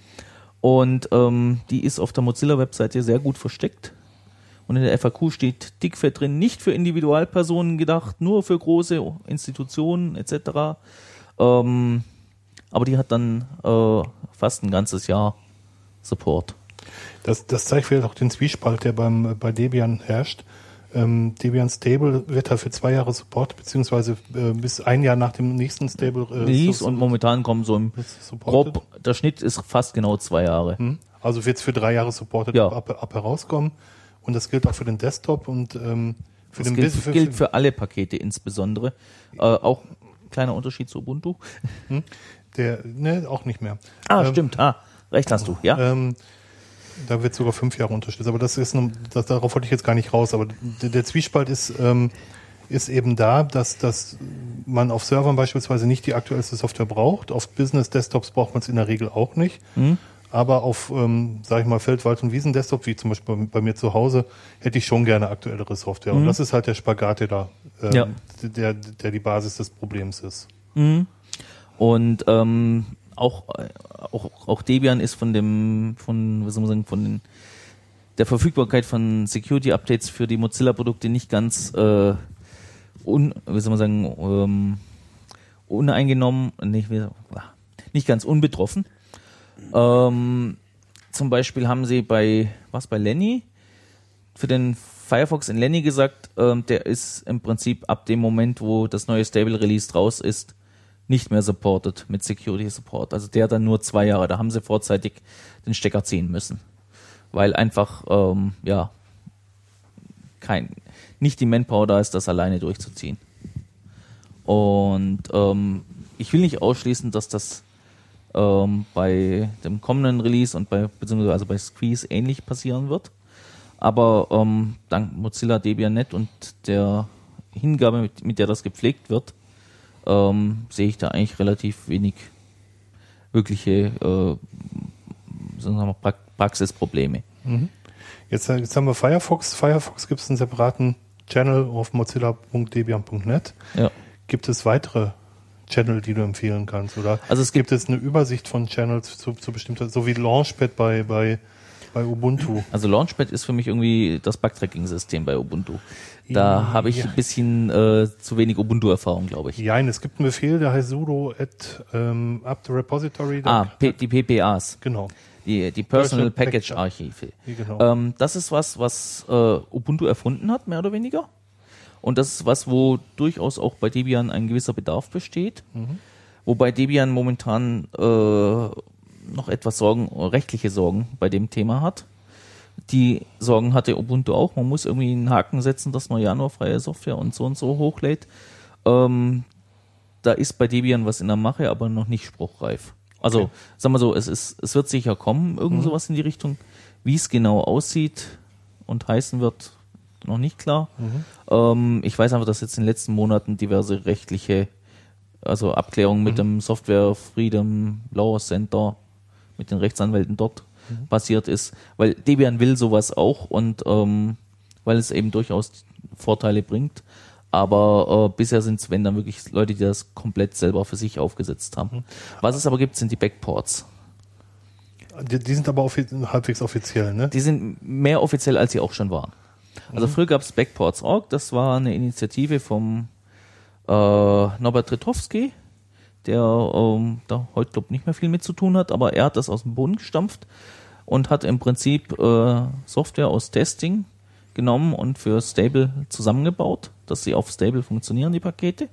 Speaker 4: Und ähm, die ist auf der Mozilla-Webseite sehr gut versteckt. Und in der F A Q steht dickfett drin, nicht für Individualpersonen gedacht, nur für große Institutionen et cetera. Ähm, aber die hat dann äh, fast ein ganzes Jahr Support.
Speaker 2: Das, das zeigt vielleicht auch den Zwiespalt, der beim, bei Debian herrscht. Ähm, Debian Stable wird halt für zwei Jahre Support, beziehungsweise äh, bis ein Jahr nach dem nächsten Stable äh,
Speaker 4: Release
Speaker 2: so,
Speaker 4: und momentan kommen so im grob, der Schnitt ist fast genau zwei Jahre.
Speaker 2: Hm. Also wird es für drei Jahre supported
Speaker 4: ja.
Speaker 2: ab, ab herauskommen. Und das gilt auch für den Desktop und ähm, für
Speaker 4: das
Speaker 2: den
Speaker 4: gilt,
Speaker 2: für,
Speaker 4: gilt für alle Pakete insbesondere. Äh, auch kleiner Unterschied zu Ubuntu.
Speaker 2: Hm. Der, ne, auch nicht mehr.
Speaker 4: Ah,
Speaker 2: ähm,
Speaker 4: stimmt. Ah, recht hast du, ja.
Speaker 2: Ähm, da wird sogar fünf Jahre unterstützt. Aber das ist noch, das, darauf wollte ich jetzt gar nicht raus. Aber der, der Zwiespalt ist, ähm, ist eben da, dass, dass man auf Servern beispielsweise nicht die aktuellste Software braucht. Auf Business-Desktops braucht man es in der Regel auch nicht. Mhm. Aber auf, ähm, sage ich mal, Feld-, Wald- und Wiesen-Desktop, wie zum Beispiel bei, bei mir zu Hause, hätte ich schon gerne aktuellere Software. Mhm. Und das ist halt der Spagat, der da, ähm,
Speaker 4: ja.
Speaker 2: der, der die Basis des Problems ist.
Speaker 4: Mhm. Und ähm, auch, auch, auch Debian ist von dem, von, was soll man sagen, von den, der Verfügbarkeit von Security-Updates für die Mozilla-Produkte nicht ganz, äh, un, wie soll man sagen, ähm, uneingenommen, nicht, nicht ganz unbetroffen. Ähm, zum Beispiel haben sie bei, was bei Lenny, für den Firefox in Lenny gesagt, ähm, der ist im Prinzip ab dem Moment, wo das neue Stable Release raus ist, nicht mehr supported mit Security Support. Also der dann nur zwei Jahre. Da haben sie vorzeitig den Stecker ziehen müssen. Weil einfach, ähm, ja, kein, nicht die Manpower da ist, das alleine durchzuziehen. Und ähm, ich will nicht ausschließen, dass das ähm, bei dem kommenden Release und bei, beziehungsweise also bei Squeeze ähnlich passieren wird. Aber ähm, dank Mozilla Debian Net und der Hingabe, mit, mit der das gepflegt wird, Ähm, sehe ich da eigentlich relativ wenig wirkliche äh, sagen wir mal, pra- Praxisprobleme.
Speaker 2: Mhm. Jetzt, jetzt haben wir Firefox. Firefox gibt es einen separaten Channel auf mozilla punkt debian punkt net.
Speaker 4: Ja.
Speaker 2: Gibt es weitere Channel, die du empfehlen kannst? Oder
Speaker 4: also es gibt,
Speaker 2: gibt es eine Übersicht von Channels zu, zu bestimmter, so wie Launchpad bei, bei, bei Ubuntu?
Speaker 4: Also Launchpad ist für mich irgendwie das Bugtracking-System bei Ubuntu. Da
Speaker 2: Ja.
Speaker 4: habe ich ein bisschen äh, zu wenig Ubuntu-Erfahrung, glaube ich.
Speaker 2: Ja, es gibt einen Befehl, der heißt sudo add ähm, up the repository.
Speaker 4: Ah, P- die P P As.
Speaker 2: Genau.
Speaker 4: Die, die Personal
Speaker 2: Personal
Speaker 4: Package
Speaker 2: Package
Speaker 4: Archive.
Speaker 2: Genau.
Speaker 4: Ähm, das ist was, was äh, Ubuntu erfunden hat, mehr oder weniger. Und das ist was, wo durchaus auch bei Debian ein gewisser Bedarf besteht. Mhm. Wobei Debian momentan äh, noch etwas Sorgen, rechtliche Sorgen bei dem Thema hat. Die Sorgen hatte Ubuntu auch. Man muss irgendwie einen Haken setzen, dass man januarfreie Software und so und so hochlädt. Ähm, da ist bei Debian was in der Mache, aber noch nicht spruchreif. Also, okay. Sagen wir so, es ist, es wird sicher kommen, irgend
Speaker 2: mhm.
Speaker 4: sowas in die Richtung. Wie es genau aussieht und heißen wird, noch nicht klar. Mhm. Ähm, ich weiß einfach, dass jetzt in den letzten Monaten diverse rechtliche, also Abklärungen mit mhm. dem Software Freedom Law Center, mit den Rechtsanwälten dort mhm. passiert ist, weil Debian will sowas auch und ähm, weil es eben durchaus Vorteile bringt. Aber äh, bisher sind es, wenn dann wirklich Leute, die das komplett selber für sich aufgesetzt haben. Mhm. Was es aber gibt, sind die Backports.
Speaker 2: Die, die sind aber offi- halbwegs offiziell, ne?
Speaker 4: Die sind mehr offiziell, als sie auch schon waren. Also mhm. früher gab es Backports Punkt org, das war eine Initiative vom äh, Norbert Tretowski, der ähm, da heute, glaube ich, nicht mehr viel mit zu tun hat, aber er hat das aus dem Boden gestampft und hat im Prinzip äh, Software aus Testing genommen und für Stable zusammengebaut, dass sie auf Stable funktionieren, die Pakete.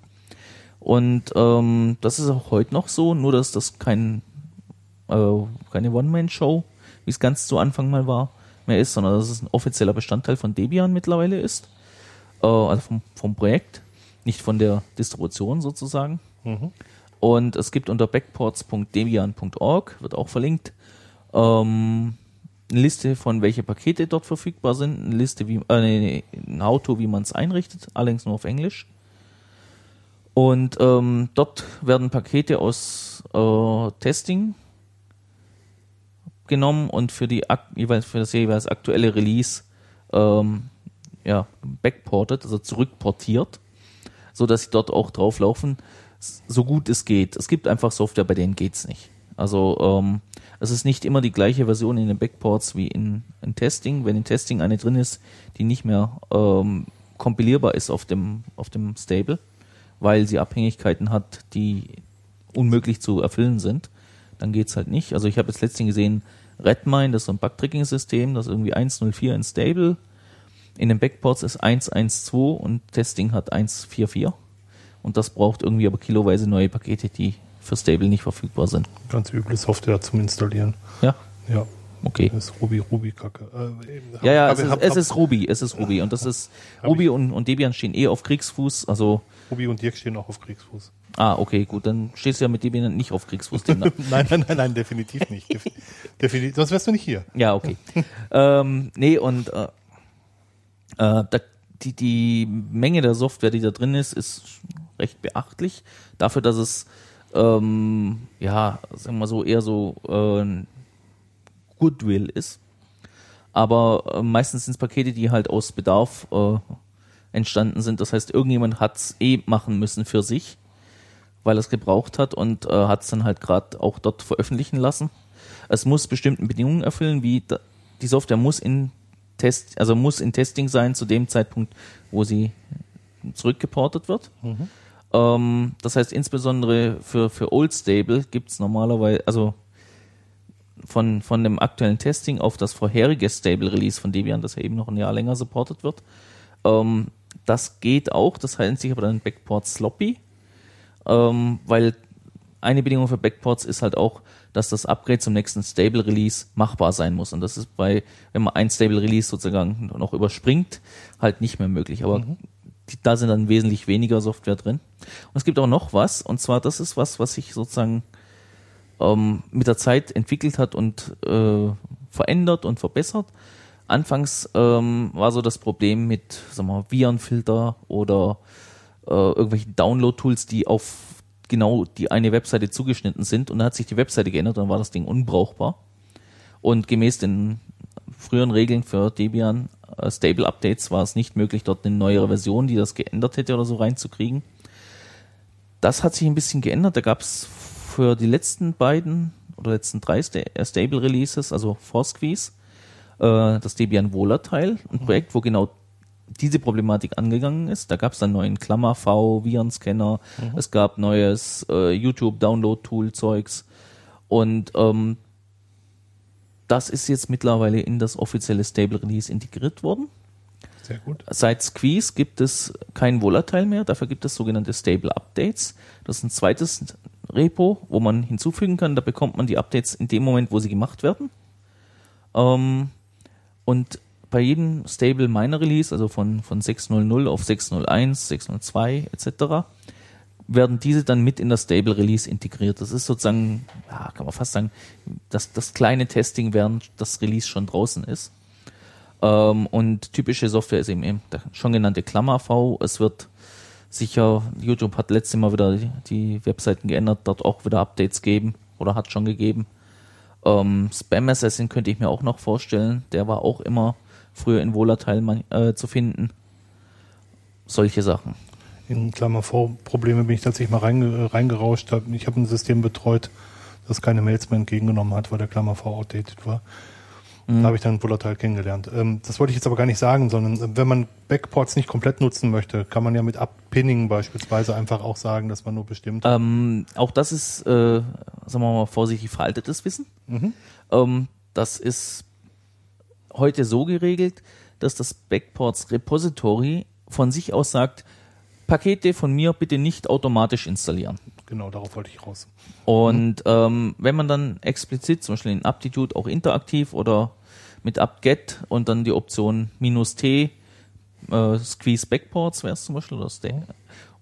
Speaker 4: Und ähm, das ist auch heute noch so, nur dass das kein, äh, keine One-Man-Show, wie es ganz zu Anfang mal war, mehr ist, sondern dass es ein offizieller Bestandteil von Debian mittlerweile ist, äh, also vom, vom Projekt. nicht von der Distribution sozusagen.
Speaker 2: Mhm.
Speaker 4: Und es gibt unter backports punkt debian punkt org, wird auch verlinkt, ähm, eine Liste von welche Pakete dort verfügbar sind, eine Liste wie äh, nee, ein How-to, wie man es einrichtet, allerdings nur auf Englisch. Und ähm, dort werden Pakete aus äh, Testing genommen und für die jeweils für das jeweils aktuelle Release ähm, ja, backported, also zurückportiert, so dass sie dort auch drauflaufen, so gut es geht. Es gibt einfach Software, bei denen geht's nicht. Also ähm, es ist nicht immer die gleiche Version in den Backports wie in, in Testing. Wenn in Testing eine drin ist, die nicht mehr ähm, kompilierbar ist auf dem auf dem Stable, weil sie Abhängigkeiten hat, die unmöglich zu erfüllen sind, dann geht's halt nicht. Also ich habe jetzt letztens gesehen, Redmine, das ist so ein Bugtracking-System, das ist irgendwie eins Punkt null vier in Stable. In den Backports ist eins Punkt eins Punkt zwei und Testing hat eins Punkt vier vier. Und das braucht irgendwie aber kiloweise neue Pakete, die für Stable nicht verfügbar sind.
Speaker 2: Ganz üble Software zum Installieren.
Speaker 4: Ja?
Speaker 2: Ja.
Speaker 4: Okay.
Speaker 2: Das ist Ruby, Ruby-Kacke. Äh,
Speaker 4: ja, ja,
Speaker 2: hab,
Speaker 4: es,
Speaker 2: hab,
Speaker 4: ist,
Speaker 2: hab,
Speaker 4: es ist Ruby, es ist Ruby. Und das ist, Ruby und, und Debian stehen eh auf Kriegsfuß, also.
Speaker 2: Ruby und Dirk stehen auch auf Kriegsfuß.
Speaker 4: Ah, okay, gut, dann stehst du ja mit Debian nicht auf Kriegsfuß. nein,
Speaker 2: nein, nein, nein, definitiv nicht. Def, definitiv, sonst wärst du nicht hier.
Speaker 4: Ja, okay. ähm, nee, und äh, äh, da, die, die Menge der Software, die da drin ist, ist recht beachtlich. Dafür, dass es ähm, ja, sagen wir mal so, eher so äh, Goodwill ist. Aber äh, meistens sind es Pakete, die halt aus Bedarf äh, entstanden sind. Das heißt, irgendjemand hat es eh machen müssen für sich, weil er es gebraucht hat und äh, hat es dann halt gerade auch dort veröffentlichen lassen. Es muss bestimmten Bedingungen erfüllen, wie da, die Software muss in Test, also muss in Testing sein zu dem Zeitpunkt, wo sie zurückgeportet wird. Mhm. Ähm, das heißt, insbesondere für, für Old Stable gibt es normalerweise, also von, von dem aktuellen Testing auf das vorherige Stable Release von Debian, das ja eben noch ein Jahr länger supportet wird. Ähm, das geht auch, das heißt sich aber dann Backport sloppy, ähm, weil eine Bedingung für Backports ist halt auch, dass das Upgrade zum nächsten Stable Release machbar sein muss. Und das ist bei, wenn man ein Stable Release sozusagen noch überspringt, halt nicht mehr möglich. Aber mhm. die, da sind dann wesentlich weniger Software drin. Und es gibt auch noch was, und zwar das ist was, was sich sozusagen ähm, mit der Zeit entwickelt hat und äh, verändert und verbessert. Anfangs ähm, war so das Problem mit, sagen wir mal, Virenfilter oder äh, irgendwelchen Download-Tools, die auf genau die eine Webseite zugeschnitten sind, und dann hat sich die Webseite geändert, dann war das Ding unbrauchbar. Und gemäß den früheren Regeln für Debian äh, Stable Updates war es nicht möglich, dort eine neuere Version, die das geändert hätte oder so, reinzukriegen. Das hat sich ein bisschen geändert. Da gab es für die letzten beiden oder letzten drei Stable Releases, also ForSqueeze, äh, das Debian Volatile, ein Projekt, wo genau diese Problematik angegangen ist. Da gab es dann neuen Klammer-V, Virenscanner, mhm. es gab neues äh, YouTube-Download-Tool-Zeugs, und ähm, das ist jetzt mittlerweile in das offizielle Stable Release integriert worden.
Speaker 2: Sehr gut.
Speaker 4: Seit Squeeze gibt es kein Volatile mehr, dafür gibt es sogenannte Stable Updates. Das ist ein zweites Repo, wo man hinzufügen kann, da bekommt man die Updates in dem Moment, wo sie gemacht werden. Ähm, und bei jedem Stable Minor Release, also von, von sechs Punkt null null auf sechs Punkt null eins, sechs Punkt null zwei et cetera, werden diese dann mit in das Stable Release integriert. Das ist sozusagen, ja, kann man fast sagen, das, das kleine Testing, während das Release schon draußen ist. Ähm, und typische Software ist eben, eben der schon genannte Klammer-V. Es wird sicher, YouTube hat letztes Mal wieder die, die Webseiten geändert, dort auch wieder Updates geben oder hat schon gegeben. Ähm, Spam Assassin könnte ich mir auch noch vorstellen. Der war auch immer früher in Volatile äh, zu finden. Solche Sachen.
Speaker 2: In Klammer V Probleme bin ich tatsächlich mal reinge, reingerauscht. Ich habe ein System betreut, das keine Mails mehr entgegengenommen hat, weil der Klammer V outdated war. Mhm. Da habe ich dann Volatile kennengelernt. Ähm, das wollte ich jetzt aber gar nicht sagen, sondern wenn man Backports nicht komplett nutzen möchte, kann man ja mit Uppinning beispielsweise einfach auch sagen, dass man nur bestimmt.
Speaker 4: Ähm, auch das ist, äh, sagen wir mal vorsichtig, veraltetes Wissen. Mhm. Ähm, das ist heute so geregelt, dass das Backports Repository von sich aus sagt, Pakete von mir bitte nicht automatisch installieren.
Speaker 2: Genau, darauf wollte ich raus.
Speaker 4: Und mhm. ähm, wenn man dann explizit, zum Beispiel in Aptitude auch interaktiv oder mit apt-get und dann die Option minus T, äh, Squeeze Backports wäre es zum Beispiel, oder Stay,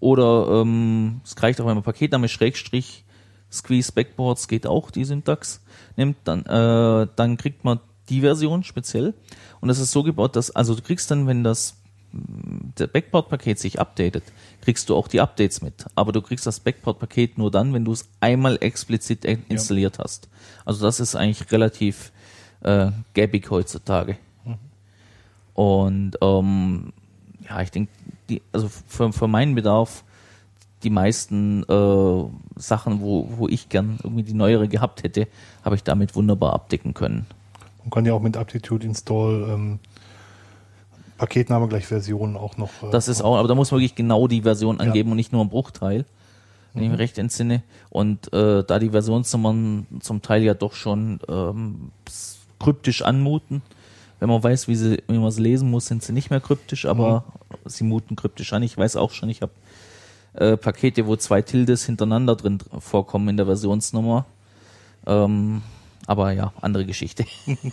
Speaker 4: Oder ähm, es reicht auch, wenn man Paketname Schrägstrich Squeeze Backports, geht auch die Syntax, nimmt, dann, äh, dann kriegt man die Version speziell. Und das ist so gebaut, dass, also du kriegst dann, wenn das der Backport-Paket sich updatet, kriegst du auch die Updates mit. Aber du kriegst das Backport-Paket nur dann, wenn du es einmal explizit installiert ja. hast. Also das ist eigentlich relativ äh, gäbig heutzutage. Mhm. Und ähm, ja, ich denke, die, also für, für meinen Bedarf die meisten äh, Sachen, wo, wo ich gern irgendwie die neuere gehabt hätte, habe ich damit wunderbar abdecken können.
Speaker 2: Man kann ja auch mit Aptitude Install ähm, Paketname gleich Version auch noch. Äh,
Speaker 4: das ist auch, aber da muss man wirklich genau die Version angeben ja. und nicht nur einen Bruchteil, wenn mhm. ich mich recht entsinne. Und äh, da die Versionsnummern zum Teil ja doch schon ähm, kryptisch anmuten, wenn man weiß, wie, sie, wie man es lesen muss, sind sie nicht mehr kryptisch, aber mhm. sie muten kryptisch an. Ich weiß auch schon, ich habe äh, Pakete, wo zwei Tildes hintereinander drin vorkommen in der Versionsnummer. Ähm, aber ja, andere Geschichte.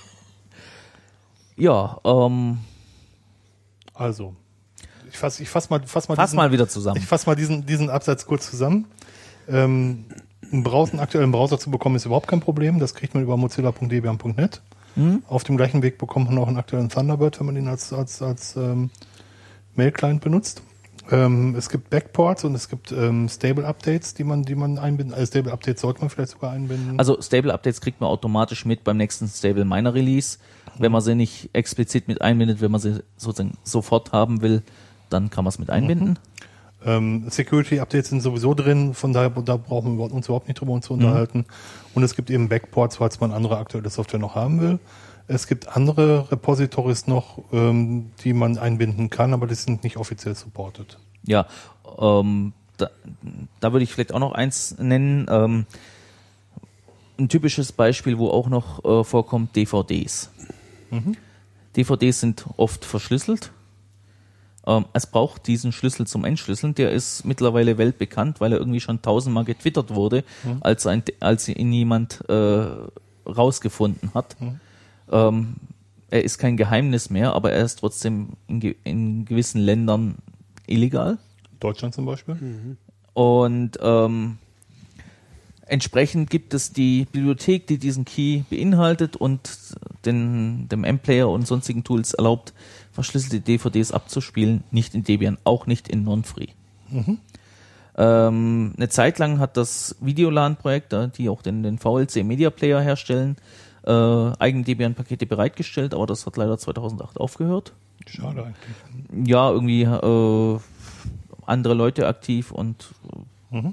Speaker 4: ja, ähm,
Speaker 2: Also, ich fasse ich fass mal, fass mal,
Speaker 4: fass
Speaker 2: diesen,
Speaker 4: mal wieder zusammen.
Speaker 2: Ich fasse mal diesen, diesen Absatz kurz zusammen. Ähm, einen, Browser, einen aktuellen Browser zu bekommen ist überhaupt kein Problem. Das kriegt man über mozilla punkt debian punkt net. Mhm. Auf dem gleichen Weg bekommt man auch einen aktuellen Thunderbird, wenn man ihn als, als, als ähm, Mail-Client benutzt. Ähm, es gibt Backports und es gibt ähm, Stable-Updates, die man, die man einbinden. Also Stable-Updates sollte man vielleicht sogar einbinden.
Speaker 4: Also Stable-Updates kriegt man automatisch mit beim nächsten Stable-Miner-Release. Wenn man sie nicht explizit mit einbindet, wenn man sie sozusagen sofort haben will, dann kann man es mit einbinden.
Speaker 2: Mhm. Ähm, Security-Updates sind sowieso drin, von daher da brauchen wir uns überhaupt nicht drüber uns zu unterhalten. Mhm. Und es gibt eben Backports, falls man andere aktuelle Software noch haben will. Es gibt andere Repositories noch, ähm, die man einbinden kann, aber die sind nicht offiziell supported.
Speaker 4: Ja, ähm, da, da würde ich vielleicht auch noch eins nennen. Ähm, ein typisches Beispiel, wo auch noch äh, vorkommt, D V Ds. Mhm. D V Ds sind oft verschlüsselt. Ähm, es braucht diesen Schlüssel zum Entschlüsseln. Der ist mittlerweile weltbekannt, weil er irgendwie schon tausendmal getwittert wurde, mhm. als, ein, als ihn jemand äh, rausgefunden hat. Mhm. Ähm, er ist kein Geheimnis mehr, aber er ist trotzdem in, ge- in gewissen Ländern illegal.
Speaker 2: Deutschland zum Beispiel. Mhm.
Speaker 4: Und ähm, entsprechend gibt es die Bibliothek, die diesen Key beinhaltet und den, dem M-Player und sonstigen Tools erlaubt, verschlüsselte D V Ds abzuspielen, nicht in Debian, auch nicht in Non-Free. Mhm. Ähm, eine Zeit lang hat das Videolan-Projekt, die auch den, den V L C Media Player herstellen, äh, eigene Debian-Pakete bereitgestellt, aber das hat leider zweitausendacht aufgehört.
Speaker 2: Schade eigentlich.
Speaker 4: Ja, irgendwie äh, andere Leute aktiv und mhm.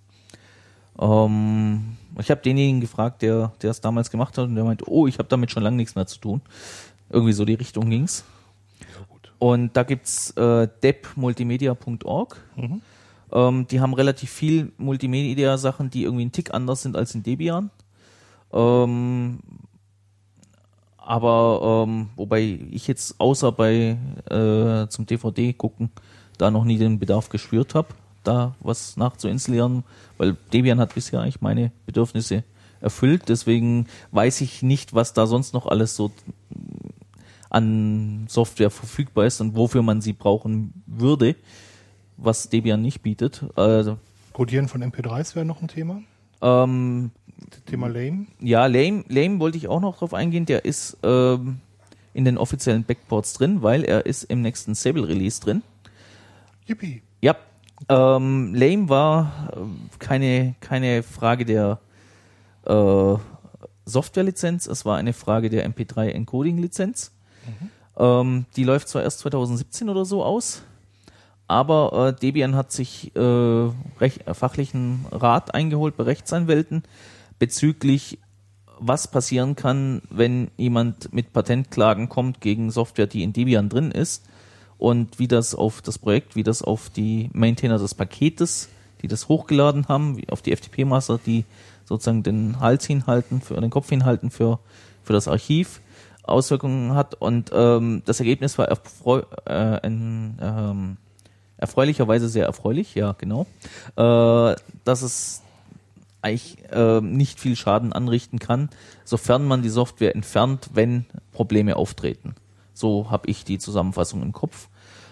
Speaker 4: ähm, ich habe denjenigen gefragt, der der es damals gemacht hat und der meinte, oh, ich habe damit schon lange nichts mehr zu tun. Irgendwie so die Richtung ging's. Ja, gut. Und da gibt's äh, deb multimedia punkt org. Mhm. Ähm, die haben relativ viel Multimedia-Sachen, die irgendwie einen Tick anders sind als in Debian. Ähm, aber ähm, wobei ich jetzt außer bei äh, zum D V D gucken da noch nie den Bedarf gespürt habe, da was nachzuinstallieren, weil Debian hat bisher eigentlich meine Bedürfnisse erfüllt. Deswegen weiß ich nicht, was da sonst noch alles so an Software verfügbar ist und wofür man sie brauchen würde, was Debian nicht bietet. Also,
Speaker 2: Codieren von M P drei s wäre noch ein Thema.
Speaker 4: Ähm,
Speaker 2: Thema Lame?
Speaker 4: Ja, Lame, Lame wollte ich auch noch drauf eingehen. Der ist ähm, in den offiziellen Backports drin, weil er ist im nächsten Stable-Release drin.
Speaker 2: Yippie.
Speaker 4: Ja, ähm, Lame war äh, keine, keine Frage der äh, Software-Lizenz, es war eine Frage der M P drei Encoding-Lizenz. Mhm. Ähm, die läuft zwar erst zweitausendsiebzehn oder so aus, aber äh, Debian hat sich äh, rech- fachlichen Rat eingeholt bei Rechtsanwälten bezüglich, was passieren kann, wenn jemand mit Patentklagen kommt gegen Software, die in Debian drin ist, und wie das auf das Projekt, wie das auf die Maintainer des Paketes, die das hochgeladen haben, wie auf die F T P-Master, die sozusagen den Hals hinhalten, für den Kopf hinhalten für, für das Archiv, Auswirkungen hat. Und ähm, das Ergebnis war erfreu- äh, ein, ähm, erfreulicherweise sehr erfreulich, ja genau, äh, dass es eigentlich äh, nicht viel Schaden anrichten kann, sofern man die Software entfernt, wenn Probleme auftreten. So habe ich die Zusammenfassung im Kopf.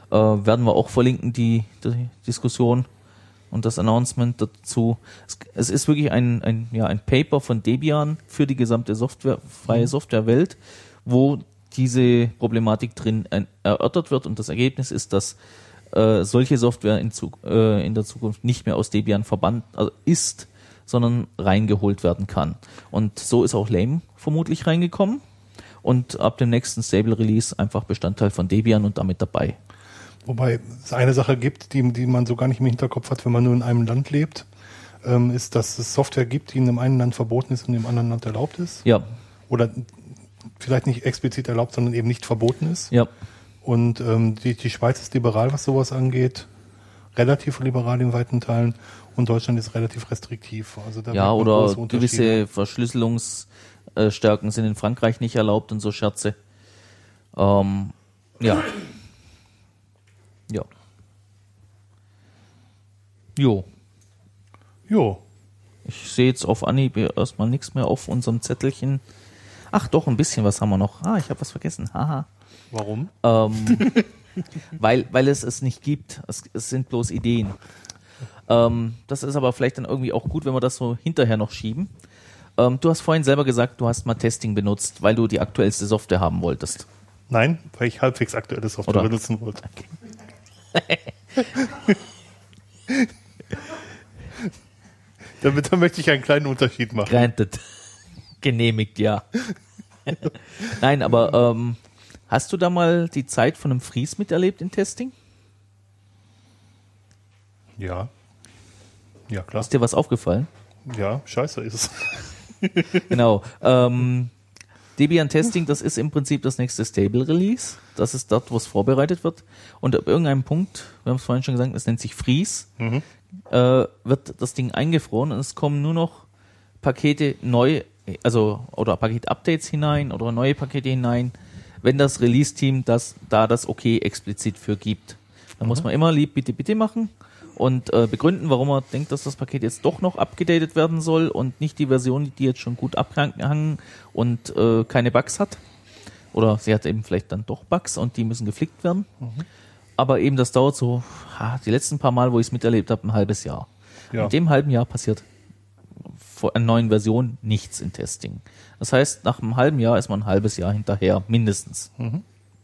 Speaker 4: Äh, werden wir auch verlinken, die, die Diskussion und das Announcement dazu. Es, es ist wirklich ein, ein, ja, ein Paper von Debian für die gesamte Software, freie mhm. Softwarewelt, wo diese Problematik drin ein, erörtert wird und das Ergebnis ist, dass äh, solche Software in, zu, äh, in der Zukunft nicht mehr aus Debian verbannt also ist, sondern reingeholt werden kann. Und so ist auch Lame vermutlich reingekommen und ab dem nächsten Stable Release einfach Bestandteil von Debian und damit dabei.
Speaker 2: Wobei es eine Sache gibt, die, die man so gar nicht im Hinterkopf hat, wenn man nur in einem Land lebt, ähm, ist, dass es Software gibt, die in dem einen Land verboten ist und in dem anderen Land erlaubt ist.
Speaker 4: Ja.
Speaker 2: Oder vielleicht nicht explizit erlaubt, sondern eben nicht verboten ist.
Speaker 4: Ja.
Speaker 2: Und ähm, die, die Schweiz ist liberal, was sowas angeht, relativ liberal in weiten Teilen und Deutschland ist relativ restriktiv. Also da
Speaker 4: ja,
Speaker 2: wird
Speaker 4: oder
Speaker 2: große Unterschiede.
Speaker 4: gewisse Verschlüsselungsstärken sind in Frankreich nicht erlaubt und so Scherze. Ähm, ja. Ja. Jo.
Speaker 2: Jo.
Speaker 4: Ich sehe jetzt auf Anhieb erstmal nichts mehr auf unserem Zettelchen. Ach doch, ein bisschen was haben wir noch. Ah, ich habe was vergessen. Haha.
Speaker 2: Warum?
Speaker 4: Ähm, weil, weil es es nicht gibt. Es, es sind bloß Ideen. Ähm, das ist aber vielleicht dann irgendwie auch gut, wenn wir das so hinterher noch schieben. Ähm, du hast vorhin selber gesagt, du hast mal Testing benutzt, weil du die aktuellste Software haben wolltest.
Speaker 2: Nein, weil ich halbwegs aktuelle Software
Speaker 4: Oder?
Speaker 2: benutzen wollte. Damit da möchte ich einen kleinen Unterschied machen.
Speaker 4: Granted. Genehmigt, ja. Nein, aber ähm, hast du da mal die Zeit von einem Freeze miterlebt in Testing?
Speaker 2: Ja. Ja, klar.
Speaker 4: Ist dir was aufgefallen?
Speaker 2: Ja, scheiße ist es.
Speaker 4: Genau. Ähm, Debian Testing, das ist im Prinzip das nächste Stable Release. Das ist dort, wo es vorbereitet wird. Und ab irgendeinem Punkt, wir haben es vorhin schon gesagt, es nennt sich Freeze,
Speaker 2: Mhm.
Speaker 4: äh, wird das Ding eingefroren und es kommen nur noch Pakete neu, also oder Paket-Updates hinein oder neue Pakete hinein, wenn das Release-Team das da das Okay explizit für gibt. Da mhm. muss man immer lieb bitte bitte machen und äh, begründen, warum man denkt, dass das Paket jetzt doch noch abgedatet werden soll und nicht die Version, die jetzt schon gut abgehangen und äh, keine Bugs hat. Oder sie hat eben vielleicht dann doch Bugs und die müssen geflickt werden. Mhm. Aber eben das dauert so, ha, die letzten paar Mal, wo ich es miterlebt habe, ein halbes Jahr.
Speaker 2: Ja.
Speaker 4: In dem halben Jahr passiert vor einer neuen Version nichts in Testing. Das heißt, nach einem halben Jahr ist man ein halbes Jahr hinterher, mindestens.
Speaker 2: Mhm.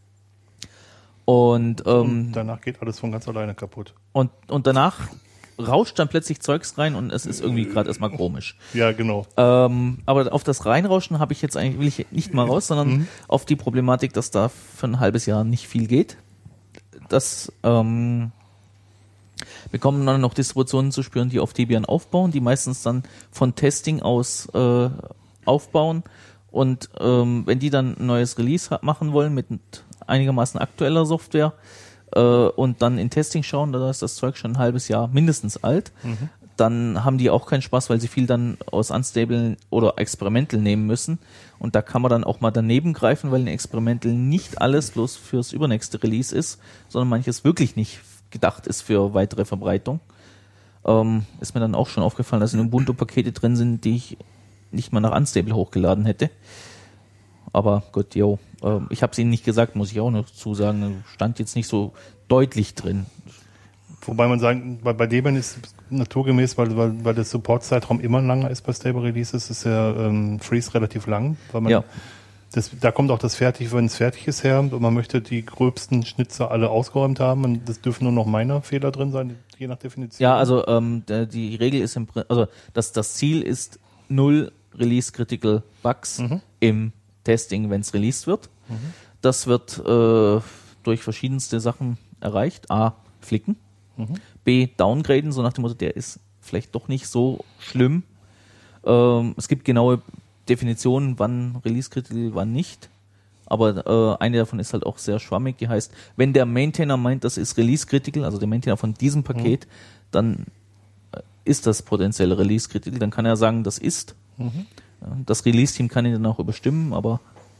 Speaker 4: Und, ähm,
Speaker 2: und danach geht alles von ganz alleine kaputt.
Speaker 4: Und, und danach rauscht dann plötzlich Zeugs rein und es ist irgendwie gerade erstmal komisch.
Speaker 2: Ja, genau.
Speaker 4: Ähm, aber auf das Reinrauschen habe ich jetzt eigentlich, will ich nicht mal raus, sondern mhm. auf die Problematik, dass da für ein halbes Jahr nicht viel geht. Das ähm, bekommen dann noch Distributionen zu spüren, die auf Debian aufbauen, die meistens dann von Testing aus äh, aufbauen. Und ähm, wenn die dann ein neues Release ha- machen wollen mit einigermaßen aktueller Software äh, und dann in Testing schauen, da ist das Zeug schon ein halbes Jahr mindestens alt, mhm. dann haben die auch keinen Spaß, weil sie viel dann aus Unstable oder Experimental nehmen müssen. Und da kann man dann auch mal daneben greifen, weil in Experimental nicht alles bloß fürs übernächste Release ist, sondern manches wirklich nicht gedacht ist für weitere Verbreitung. Ähm, ist mir dann auch schon aufgefallen, dass in Ubuntu-Pakete drin sind, die ich nicht mal nach Unstable hochgeladen hätte. Aber gut, jo, äh, ich habe es Ihnen nicht gesagt, muss ich auch noch zusagen, stand jetzt nicht so deutlich drin.
Speaker 2: Wobei man sagen, bei, bei Debian ist naturgemäß, weil, weil, weil der Support-Zeitraum immer langer ist bei Stable Releases, ist der ähm, Freeze relativ lang, weil man
Speaker 4: ja.
Speaker 2: das, da kommt auch das fertig, wenn es fertig ist her und man möchte die gröbsten Schnitzer alle ausgeräumt haben und das dürfen nur noch minor Fehler drin sein, je nach Definition.
Speaker 4: Ja, also ähm, der, die Regel ist im Prinzip, also das, das Ziel ist null Release-Critical Bugs mhm. im Testing, wenn es released wird. Mhm. Das wird äh, durch verschiedenste Sachen erreicht. A, flicken. Mhm. B, downgraden, so nach dem Motto, der ist vielleicht doch nicht so schlimm. Ähm, es gibt genaue Definitionen, wann Release-Critical, wann nicht. Aber äh, eine davon ist halt auch sehr schwammig, die heißt, wenn der Maintainer meint, das ist Release-Critical, also der Maintainer von diesem Paket, mhm. dann ist das potenziell Release-Critical, dann kann er sagen, das ist. Mhm. Das Release-Team kann ihn dann auch überstimmen, aber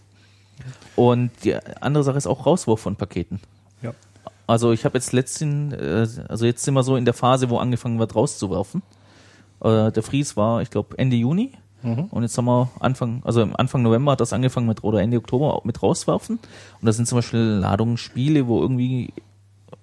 Speaker 4: und die andere Sache ist auch Rauswurf von Paketen.
Speaker 2: Ja.
Speaker 4: Also ich habe jetzt letzten, also jetzt sind wir so in der Phase, wo angefangen wird rauszuwerfen. Der Freeze war, ich glaube, Ende Juni. Mhm. Und jetzt haben wir Anfang, also Anfang November hat das angefangen mit, oder Ende Oktober mit rauswerfen. Und da sind zum Beispiel Ladungen Spiele, wo irgendwie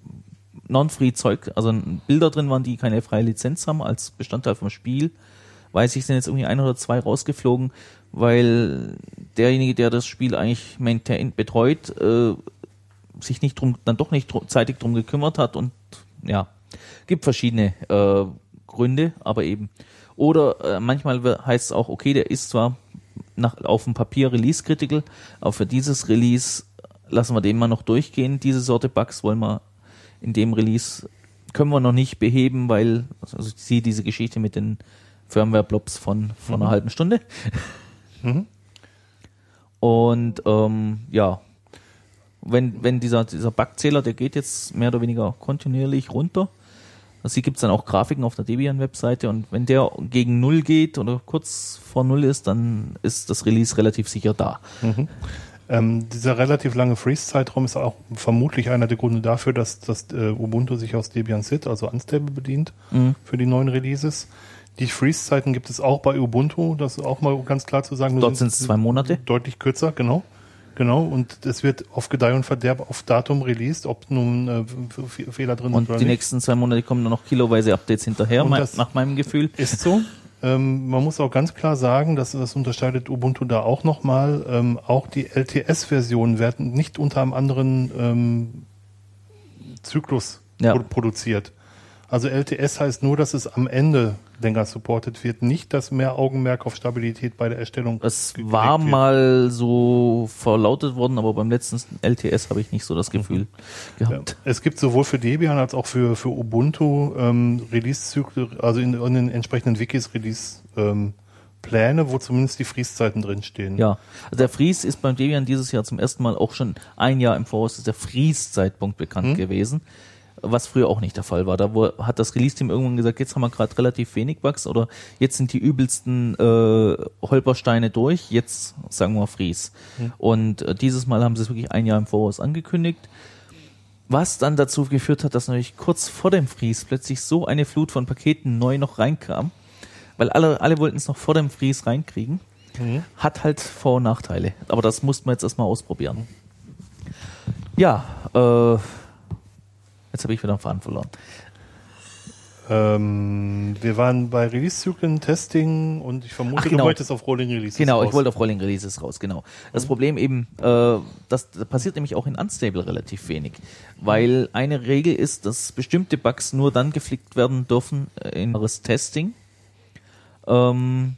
Speaker 4: Non-Free-Zeug, also Bilder drin waren, die keine freie Lizenz haben als Bestandteil vom Spiel. Weiß ich, sind jetzt irgendwie ein oder zwei rausgeflogen, weil derjenige, der das Spiel eigentlich maintain, betreut, äh, sich nicht drum, dann doch nicht drum, zeitig drum gekümmert hat und ja, gibt verschiedene äh, Gründe, aber eben. Oder äh, manchmal heißt es auch, okay, der ist zwar nach, auf dem Papier Release-Critical, aber für dieses Release lassen wir den mal noch durchgehen. Diese Sorte Bugs wollen wir in dem Release, können wir noch nicht beheben, weil, also ich sehe diese Geschichte mit den Firmware-Blobs von, von mhm. einer halben Stunde. Mhm. Und ähm, ja, wenn, wenn dieser, dieser Bugzähler, der geht jetzt mehr oder weniger kontinuierlich runter. Also hier gibt es dann auch Grafiken auf der Debian-Webseite und wenn der gegen Null geht oder kurz vor Null ist, dann ist das Release relativ sicher da.
Speaker 2: Mhm. Ähm, dieser relativ lange Freeze-Zeitraum ist auch vermutlich einer der Gründe dafür, dass das äh, Ubuntu sich aus Debian S I D, also Unstable, bedient mhm. für die neuen Releases. Die Freeze-Zeiten gibt es auch bei Ubuntu, das ist auch mal ganz klar zu sagen.
Speaker 4: Dort sind es zwei Monate.
Speaker 2: Deutlich kürzer, genau. Genau, und es wird auf Gedeih und Verderb auf Datum released, ob nun äh, Fehler drin
Speaker 4: und
Speaker 2: sind oder
Speaker 4: die
Speaker 2: nicht.
Speaker 4: nächsten zwei Monate kommen dann noch kiloweise Updates hinterher, mein, nach meinem Gefühl.
Speaker 2: Ist so. Ähm, man muss auch ganz klar sagen, dass das unterscheidet Ubuntu da auch nochmal. Ähm, auch die L T S-Versionen werden nicht unter einem anderen ähm, Zyklus ja. produ- produziert. Also L T S heißt nur, dass es am Ende länger supported wird, nicht, dass mehr Augenmerk auf Stabilität bei der Erstellung
Speaker 4: Es war wird. mal so verlautet worden, aber beim letzten L T S habe ich nicht so das Gefühl mhm. gehabt.
Speaker 2: Ja. Es gibt sowohl für Debian als auch für, für Ubuntu ähm, Release-Zyklen, also in, in den entsprechenden Wikis Release-Pläne, ähm, wo zumindest die Freeze-Zeiten drinstehen.
Speaker 4: Ja, also der Freeze ist beim Debian dieses Jahr zum ersten Mal auch schon ein Jahr im Voraus, ist der Freeze-Zeitpunkt bekannt mhm. gewesen. Was früher auch nicht der Fall war. Da wo, hat das Release-Team irgendwann gesagt, jetzt haben wir gerade relativ wenig Bugs oder jetzt sind die übelsten äh, Holpersteine durch, jetzt sagen wir Freeze. Mhm. Und äh, dieses Mal haben sie es wirklich ein Jahr im Voraus angekündigt, was dann dazu geführt hat, dass natürlich kurz vor dem Freeze plötzlich so eine Flut von Paketen neu noch reinkam, weil alle, alle wollten es noch vor dem Freeze reinkriegen, mhm. hat halt Vor- und Nachteile. Aber das mussten wir jetzt erstmal ausprobieren. Ja, äh, Jetzt habe ich wieder einen Faden verloren.
Speaker 2: Ähm, wir waren bei Release-Zyklen, Testing und ich vermute, Ach, genau. du wolltest auf Rolling Releases
Speaker 4: Genau,
Speaker 2: raus.
Speaker 4: ich wollte auf Rolling Releases raus, genau. Das mhm. Problem eben, äh, das, das passiert nämlich auch in Unstable relativ wenig, weil eine Regel ist, dass bestimmte Bugs nur dann geflickt werden dürfen in das Testing. Ähm,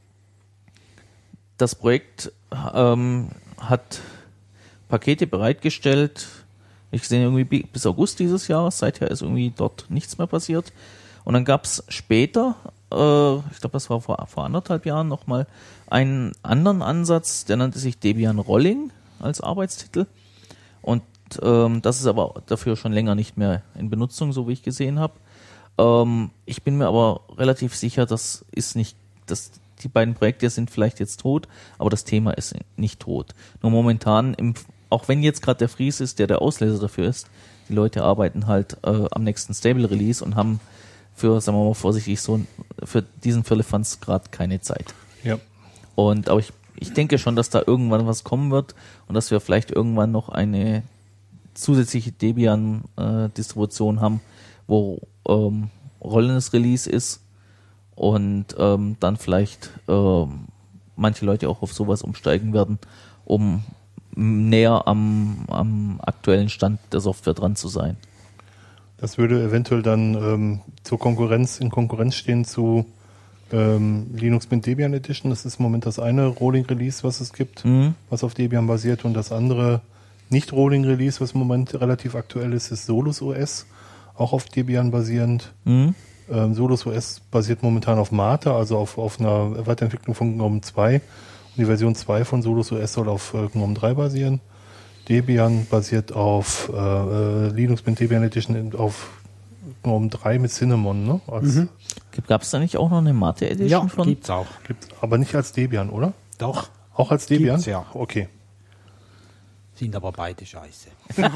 Speaker 4: das Projekt ähm, hat Pakete bereitgestellt. Ich sehe irgendwie bis August dieses Jahres, seither ist irgendwie dort nichts mehr passiert. Und dann gab es später, äh, ich glaube, das war vor, vor anderthalb Jahren nochmal, einen anderen Ansatz, der nannte sich Debian Rolling als Arbeitstitel. Und ähm, das ist aber dafür schon länger nicht mehr in Benutzung, so wie ich gesehen habe. Ähm, ich bin mir aber relativ sicher, das ist nicht, das, die beiden Projekte sind vielleicht jetzt tot, aber das Thema ist nicht tot. Nur momentan im Auch wenn jetzt gerade der Freeze ist, der der Auslöser dafür ist, die Leute arbeiten halt äh, am nächsten Stable Release und haben für, sagen wir mal vorsichtig, so für diesen Firlefanz gerade keine Zeit.
Speaker 2: Ja.
Speaker 4: Und aber ich, ich denke schon, dass da irgendwann was kommen wird und dass wir vielleicht irgendwann noch eine zusätzliche Debian-Distribution äh, haben, wo ähm, rollendes Release ist und ähm, dann vielleicht ähm, manche Leute auch auf sowas umsteigen werden, um näher am, am aktuellen Stand der Software dran zu sein.
Speaker 2: Das würde eventuell dann ähm, zur Konkurrenz, in Konkurrenz stehen zu ähm, Linux Mint Debian Edition. Das ist im Moment das eine Rolling Release, was es gibt, mhm. was auf Debian basiert, und das andere nicht Rolling Release, was im Moment relativ aktuell ist, ist Solus O S, auch auf Debian basierend. Mhm. Ähm, Solus O S basiert momentan auf Mate, also auf, auf einer Weiterentwicklung von GNOME zwei. Die Version zwei von Solus O S soll auf äh, GNOME drei basieren. Debian basiert auf äh, Linux Mint Debian Edition auf GNOME drei mit Cinnamon. Ne?
Speaker 4: Mhm. Gab es da nicht auch noch eine Mate Edition
Speaker 3: ja,
Speaker 4: von?
Speaker 3: Gibt's auch.
Speaker 2: Gibt's, aber nicht als Debian, oder?
Speaker 3: Doch.
Speaker 2: Auch als Debian?
Speaker 3: Gibt's, ja.
Speaker 2: Okay.
Speaker 3: Sind aber beide scheiße.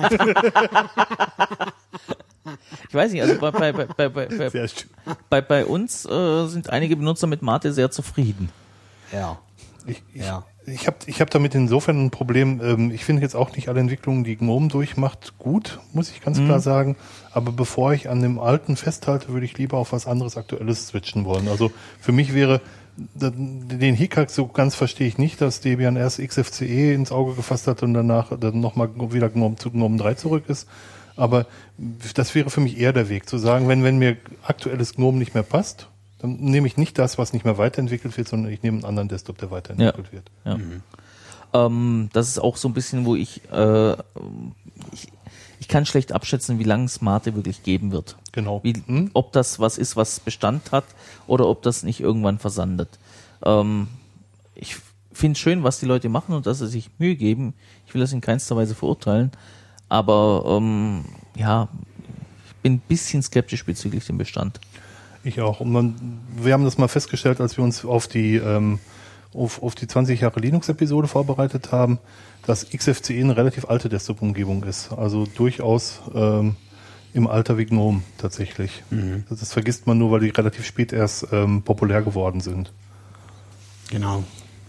Speaker 4: Ich weiß nicht, also bei, bei, bei, bei, bei, bei, bei uns äh, sind einige Benutzer mit Mate sehr zufrieden.
Speaker 3: Ja.
Speaker 2: Ich, ich,
Speaker 3: ja.
Speaker 2: Ich habe ich hab damit insofern ein Problem. Ähm, ich finde jetzt auch nicht alle Entwicklungen, die GNOME durchmacht, gut, muss ich ganz mhm. klar sagen. Aber bevor ich an dem Alten festhalte, würde ich lieber auf was anderes Aktuelles switchen wollen. Also für mich wäre, den Hickhack so ganz verstehe ich nicht, dass Debian erst X F C E ins Auge gefasst hat und danach dann nochmal wieder GNOME zu GNOME drei zurück ist. Aber das wäre für mich eher der Weg, zu sagen, wenn, wenn mir aktuelles GNOME nicht mehr passt, dann nehme ich nicht das, was nicht mehr weiterentwickelt wird, sondern ich nehme einen anderen Desktop, der weiterentwickelt
Speaker 4: ja.
Speaker 2: wird.
Speaker 4: Ja. Mhm. Ähm, das ist auch so ein bisschen, wo ich, äh, ich, ich kann schlecht abschätzen, wie lange es Mate wirklich geben wird.
Speaker 2: Genau.
Speaker 4: Wie, hm? Ob das was ist, was Bestand hat, oder ob das nicht irgendwann versandet. Ähm, ich finde es schön, was die Leute machen und dass sie sich Mühe geben. Ich will das in keinster Weise verurteilen. Aber ähm, ja, ich bin ein bisschen skeptisch bezüglich dem Bestand.
Speaker 2: Ich auch. Und man, wir haben das mal festgestellt, als wir uns auf die ähm, auf, auf die zwanzig Jahre Linux-Episode vorbereitet haben, dass X F C E eine relativ alte Desktop-Umgebung ist. Also durchaus ähm, im Alter wie GNOME tatsächlich. Mhm. Das, das vergisst man nur, weil die relativ spät erst ähm, populär geworden sind.
Speaker 3: Genau.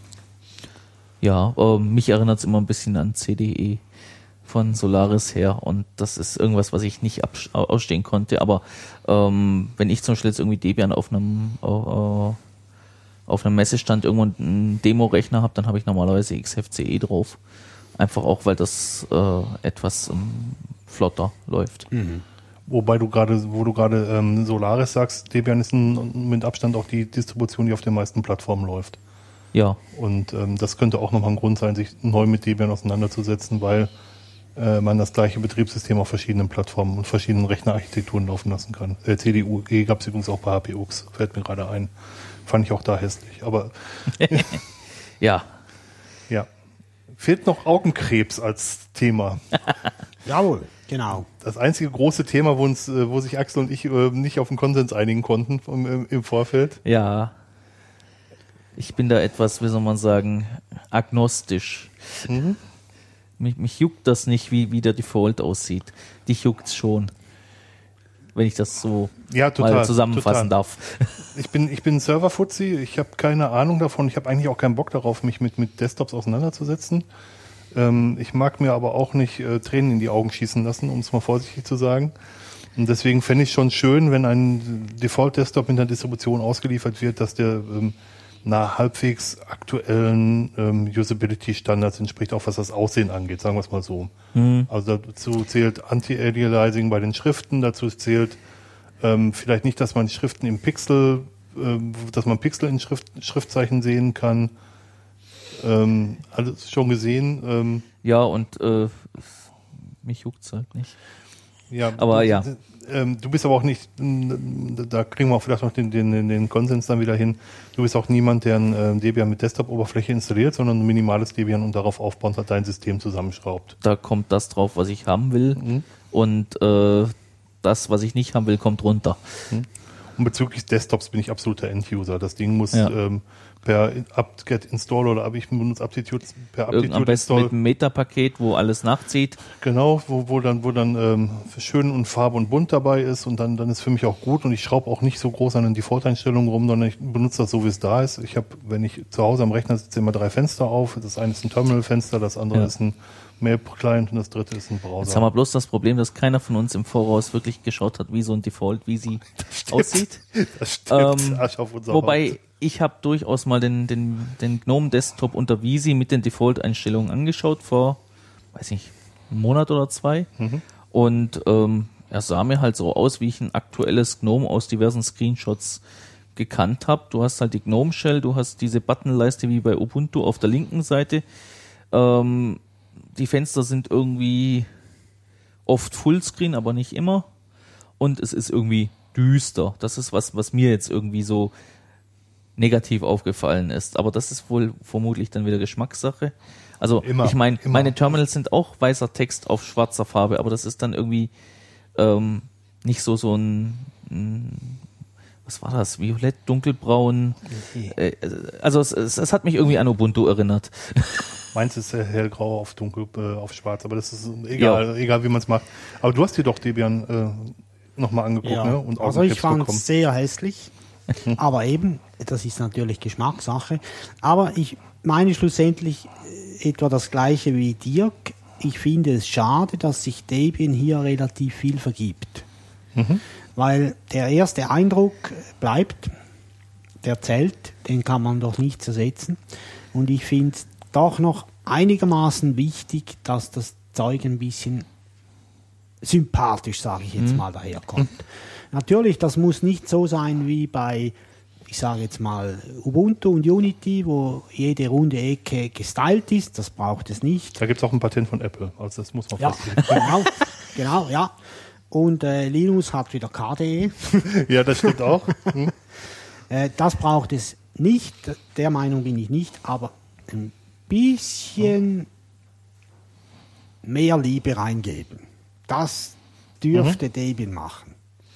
Speaker 4: Ja, äh, mich erinnert es immer ein bisschen an C D E von Solaris her und das ist irgendwas, was ich nicht abs- ausstehen konnte, aber ähm, wenn ich zum Beispiel jetzt irgendwie Debian auf einem äh, auf einem Messestand irgendwo einen Demo-Rechner habe, dann habe ich normalerweise X F C E drauf. Einfach auch, weil das äh, etwas ähm, flotter läuft.
Speaker 2: Mhm. Wobei du gerade, wo du gerade ähm, Solaris sagst, Debian ist ein, mit Abstand auch die Distribution, die auf den meisten Plattformen läuft.
Speaker 4: Ja.
Speaker 2: Und ähm, das könnte auch nochmal ein Grund sein, sich neu mit Debian auseinanderzusetzen, weil äh, man das gleiche Betriebssystem auf verschiedenen Plattformen und verschiedenen Rechnerarchitekturen laufen lassen kann. Äh, C D U G gab es übrigens auch bei H P U X, fällt mir gerade ein. Fand ich auch da hässlich. Aber
Speaker 4: ja.
Speaker 2: Ja. Fehlt noch Augenkrebs als Thema.
Speaker 3: Jawohl, genau.
Speaker 2: Das einzige große Thema, wo, uns, wo sich Axel und ich äh, nicht auf einen Konsens einigen konnten im, im Vorfeld.
Speaker 4: Ja. Ich bin da etwas, wie soll man sagen, agnostisch. Mhm. Mich, mich juckt das nicht, wie, wie der Default aussieht. Dich juckt's schon. Wenn ich das so
Speaker 2: ja, total,
Speaker 4: mal zusammenfassen
Speaker 2: total.
Speaker 4: darf.
Speaker 2: Ich bin, ich bin Server-Fuzzi, ich habe keine Ahnung davon. Ich habe eigentlich auch keinen Bock darauf, mich mit, mit Desktops auseinanderzusetzen. Ähm, ich mag mir aber auch nicht äh, Tränen in die Augen schießen lassen, um es mal vorsichtig zu sagen. Und deswegen fände ich schon schön, wenn ein Default-Desktop in der Distribution ausgeliefert wird, dass der ähm, nach halbwegs aktuellen ähm, Usability-Standards entspricht, auch was das Aussehen angeht, sagen wir es mal so. Mhm. Also dazu zählt Anti-Aliasing bei den Schriften, dazu zählt ähm, vielleicht nicht, dass man Schriften im Pixel, ähm, dass man Pixel in Schrift, Schriftzeichen sehen kann. Ähm, alles schon gesehen. Ähm,
Speaker 4: ja, und äh, mich juckt's halt nicht.
Speaker 2: Ja,
Speaker 4: aber
Speaker 2: du,
Speaker 4: ja.
Speaker 2: Ähm, du bist aber auch nicht, da kriegen wir auch vielleicht noch den, den, den Konsens dann wieder hin, du bist auch niemand, der ein äh, Debian mit Desktop-Oberfläche installiert, sondern ein minimales Debian und darauf aufbauend hat dein System zusammenschraubt.
Speaker 4: Da kommt das drauf, was ich haben will mhm. und äh, das, was ich nicht haben will, kommt runter.
Speaker 2: Mhm. Und bezüglich Desktops bin ich absoluter End-User. Das Ding muss
Speaker 4: ja.
Speaker 2: ähm, per apt-get-install oder ich benutze Aptitude per
Speaker 4: Aptitude am besten install. Mit einem Meta-Paket, wo alles nachzieht.
Speaker 2: Genau, wo, wo dann, wo dann ähm, schön und Farbe und bunt dabei ist und dann, dann ist für mich auch gut und ich schraube auch nicht so groß an den Default-Einstellungen rum, sondern ich benutze das so, wie es da ist. Ich habe, wenn ich zu Hause am Rechner sitze, immer drei Fenster auf. Das eine ist ein Terminal-Fenster, das andere ja. ist ein Mail-Client und das dritte ist ein Browser.
Speaker 4: Jetzt haben wir bloß das Problem, dass keiner von uns im Voraus wirklich geschaut hat, wie so ein Default, wie sie
Speaker 2: das
Speaker 4: aussieht.
Speaker 2: Das stimmt.
Speaker 4: Ähm, wobei Haupt. Ich habe durchaus mal den, den, den GNOME Desktop unter Visi mit den Default-Einstellungen angeschaut vor, weiß nicht, einem Monat oder zwei. Mhm. Und ähm, er sah mir halt so aus, wie ich ein aktuelles GNOME aus diversen Screenshots gekannt habe. Du hast halt die GNOME Shell, du hast diese Buttonleiste wie bei Ubuntu auf der linken Seite. Ähm, die Fenster sind irgendwie oft Fullscreen, aber nicht immer. Und es ist irgendwie düster. Das ist was, was mir jetzt irgendwie so negativ aufgefallen ist. Aber das ist wohl vermutlich dann wieder Geschmackssache. Also immer, ich meine, meine Terminals sind auch weißer Text auf schwarzer Farbe, aber das ist dann irgendwie ähm, nicht so so ein, ein was war das? Violett, dunkelbraun. Äh, also es, es, es hat mich irgendwie an Ubuntu erinnert.
Speaker 2: Meins ist hellgrau auf dunkel, äh, auf schwarz, aber das ist egal, ja. egal wie man es macht. Aber du hast dir doch Debian äh, nochmal angeguckt,
Speaker 3: ja.
Speaker 2: ne? Und
Speaker 3: also ich fand es sehr hässlich. Aber eben, das ist natürlich Geschmackssache. Aber ich meine schlussendlich etwa das Gleiche wie Dirk. Ich finde es schade, dass sich Debian hier relativ viel vergibt. Mhm. Weil der erste Eindruck bleibt, der zählt, den kann man doch nicht zersetzen. Und ich finde es doch noch einigermaßen wichtig, dass das Zeug ein bisschen sympathisch, sage ich jetzt mhm. mal, daherkommt. Natürlich, das muss nicht so sein wie bei, ich sage jetzt mal, Ubuntu und Unity, wo jede runde Ecke gestylt ist. Das braucht es nicht.
Speaker 2: Da gibt es auch ein Patent von Apple, also das muss man
Speaker 3: ja,
Speaker 2: fast
Speaker 3: genau, genau, ja. Und äh, Linux hat wieder K D E.
Speaker 2: Ja, das stimmt auch. Hm.
Speaker 3: Äh, das braucht es nicht, der Meinung bin ich nicht, aber ein bisschen mehr Liebe reingeben. Das dürfte mhm. Debian machen.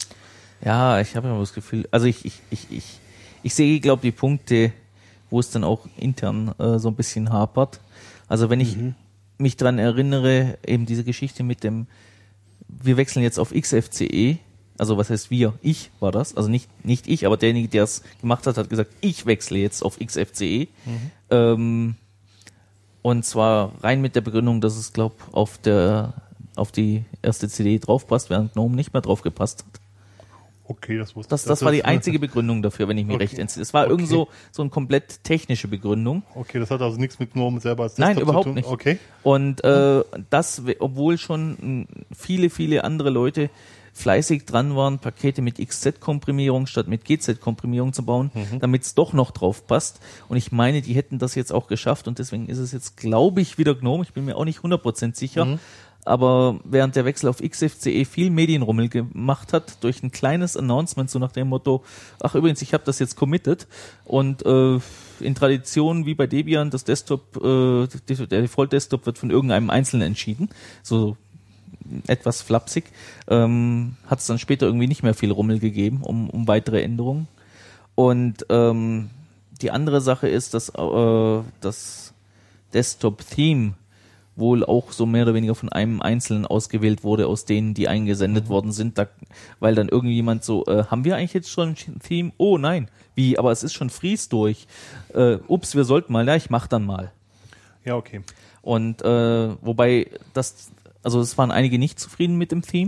Speaker 4: Ja, ich habe immer das Gefühl, also ich, ich, ich, ich, ich sehe, glaube ich, die Punkte, wo es dann auch intern äh, so ein bisschen hapert. Also wenn ich mhm. mich dran erinnere, eben diese Geschichte mit dem, wir wechseln jetzt auf X F C E, also was heißt wir? Ich war das, also nicht, nicht ich, aber derjenige, der es gemacht hat, hat gesagt, ich wechsle jetzt auf X F C E. Mhm. Ähm, und zwar rein mit der Begründung, dass es, glaube ich, auf der auf die erste C D draufpasst, während GNOME nicht mehr drauf gepasst hat.
Speaker 2: Okay, das wusste
Speaker 4: das,
Speaker 2: ich.
Speaker 4: Das war die einzige Begründung dafür, wenn ich mich okay. recht entsinne. Es war okay. irgend so, so eine komplett technische Begründung.
Speaker 2: Okay, das hat also nichts mit GNOME selber als Desktop
Speaker 4: Nein, überhaupt
Speaker 2: zu tun.
Speaker 4: nicht.
Speaker 2: Okay.
Speaker 4: Und äh, das, obwohl schon viele, viele andere Leute fleißig dran waren, Pakete mit X Z-Komprimierung statt mit G Z-Komprimierung zu bauen, mhm. damit es doch noch drauf passt. Und ich meine, die hätten das jetzt auch geschafft und deswegen ist es jetzt, glaube ich, wieder GNOME. Ich bin mir auch nicht hundert Prozent sicher. Mhm. Aber während der Wechsel auf X F C E viel Medienrummel gemacht hat, durch ein kleines Announcement, so nach dem Motto, ach übrigens, ich habe das jetzt committed und äh, in Tradition wie bei Debian, das Desktop, äh, der Default-Desktop wird von irgendeinem Einzelnen entschieden, so etwas flapsig, ähm, hat es dann später irgendwie nicht mehr viel Rummel gegeben um, um weitere Änderungen. Und ähm, die andere Sache ist, dass äh, das Desktop-Theme wohl auch so mehr oder weniger von einem Einzelnen ausgewählt wurde, aus denen, die eingesendet mhm. worden sind, da, weil dann irgendjemand so, äh, haben wir eigentlich jetzt schon ein Theme? Oh nein, wie, aber es ist schon Freeze durch. Äh, ups, wir sollten mal, ja, ich mach dann mal.
Speaker 2: Ja, okay.
Speaker 4: Und äh, wobei das, also es waren einige nicht zufrieden mit dem Theme,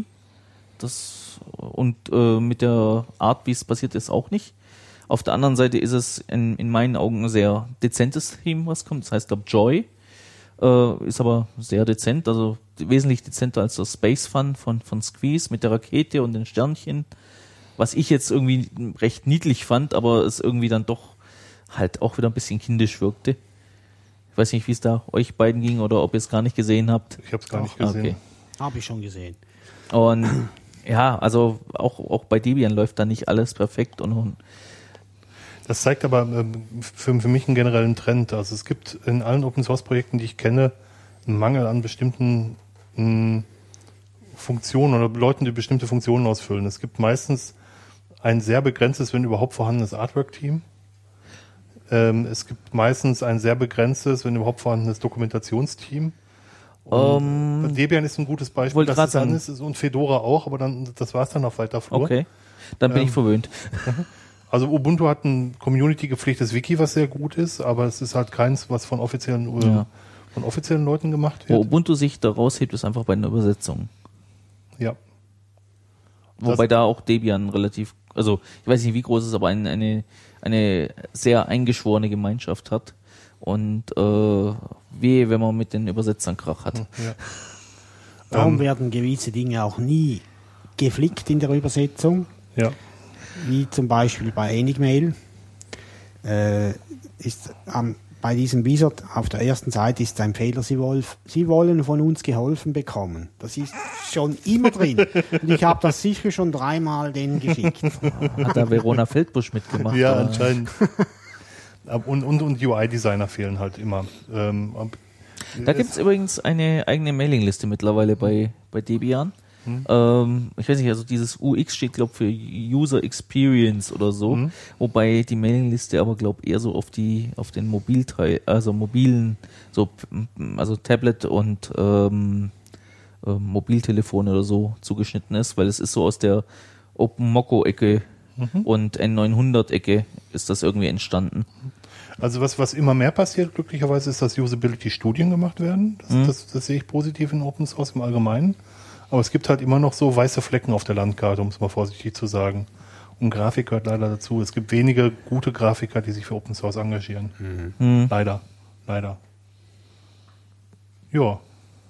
Speaker 4: das und äh, mit der Art, wie es passiert ist, auch nicht. Auf der anderen Seite ist es in, in meinen Augen ein sehr dezentes Theme, was kommt, das heißt, glaube Joy. Uh, ist aber sehr dezent, also wesentlich dezenter als das Space Fun von, von Squeeze mit der Rakete und den Sternchen, was ich jetzt irgendwie recht niedlich fand, aber es irgendwie dann doch halt auch wieder ein bisschen kindisch wirkte. Ich weiß nicht, wie es da euch beiden ging oder ob ihr es gar nicht gesehen habt.
Speaker 2: Ich habe es gar nicht gesehen.
Speaker 3: Okay. Habe ich schon gesehen.
Speaker 4: Und ja, also auch, auch bei Debian läuft da nicht alles perfekt und, und
Speaker 2: das zeigt aber ähm, für, für mich einen generellen Trend. Also es gibt in allen Open-Source-Projekten, die ich kenne, einen Mangel an bestimmten mh, Funktionen oder Leuten, die bestimmte Funktionen ausfüllen. Es gibt meistens ein sehr begrenztes, wenn überhaupt vorhandenes Artwork-Team. Ähm, es gibt meistens ein sehr begrenztes, wenn überhaupt vorhandenes Dokumentationsteam. Und um, Debian ist ein gutes Beispiel, dass es dann ist, und Fedora auch, aber dann das war es dann auf weiter Flur.
Speaker 4: Okay, dann bin ähm, ich verwöhnt.
Speaker 2: Also Ubuntu hat ein Community-gepflegtes Wiki, was sehr gut ist, aber es ist halt keins, was von offiziellen, ja. von offiziellen Leuten gemacht wird.
Speaker 4: Wo Ubuntu sich da raushebt, ist einfach bei den Übersetzungen.
Speaker 2: Ja.
Speaker 4: Wobei das da auch Debian relativ, also ich weiß nicht, wie groß es ist, aber eine, eine, eine sehr eingeschworene Gemeinschaft hat. Und äh, wehe, wenn man mit den Übersetzern Krach hat.
Speaker 2: Ja.
Speaker 3: Darum
Speaker 2: ähm,
Speaker 3: werden gewisse Dinge auch nie geflickt in der Übersetzung.
Speaker 2: Ja.
Speaker 3: Wie zum Beispiel bei Enigmail, äh, ist ähm, bei diesem Wizard auf der ersten Seite ist ein Fehler, Sie, wolf, Sie wollen von uns geholfen bekommen. Das ist schon immer drin. Und ich habe das sicher schon dreimal denen geschickt.
Speaker 4: Hat da Verona Feldbusch mitgemacht?
Speaker 2: Ja,
Speaker 4: oder?
Speaker 2: Anscheinend. Und, und, und U I-Designer fehlen halt immer. Ähm,
Speaker 4: da gibt es übrigens eine eigene Mailingliste mittlerweile bei, bei Debian. Mhm. Ähm, ich weiß nicht, also dieses U X steht, glaube ich, für User Experience oder so, mhm. wobei die Mailingliste aber, glaube ich, eher so auf die, auf den Mobilteil, also mobilen, so, also Tablet und ähm, äh, Mobiltelefon oder so zugeschnitten ist, weil es ist so aus der Open Moko Ecke mhm. und N neunhundert-Ecke ist das irgendwie entstanden.
Speaker 2: Also was, was immer mehr passiert, glücklicherweise, ist, dass Usability-Studien gemacht werden. Das, mhm. das, das sehe ich positiv in Open Source im Allgemeinen. Aber es gibt halt immer noch so weiße Flecken auf der Landkarte, um es mal vorsichtig zu sagen. Und Grafik gehört leider dazu. Es gibt wenige gute Grafiker, die sich für Open Source engagieren. Mhm. Leider. Leider. Ja.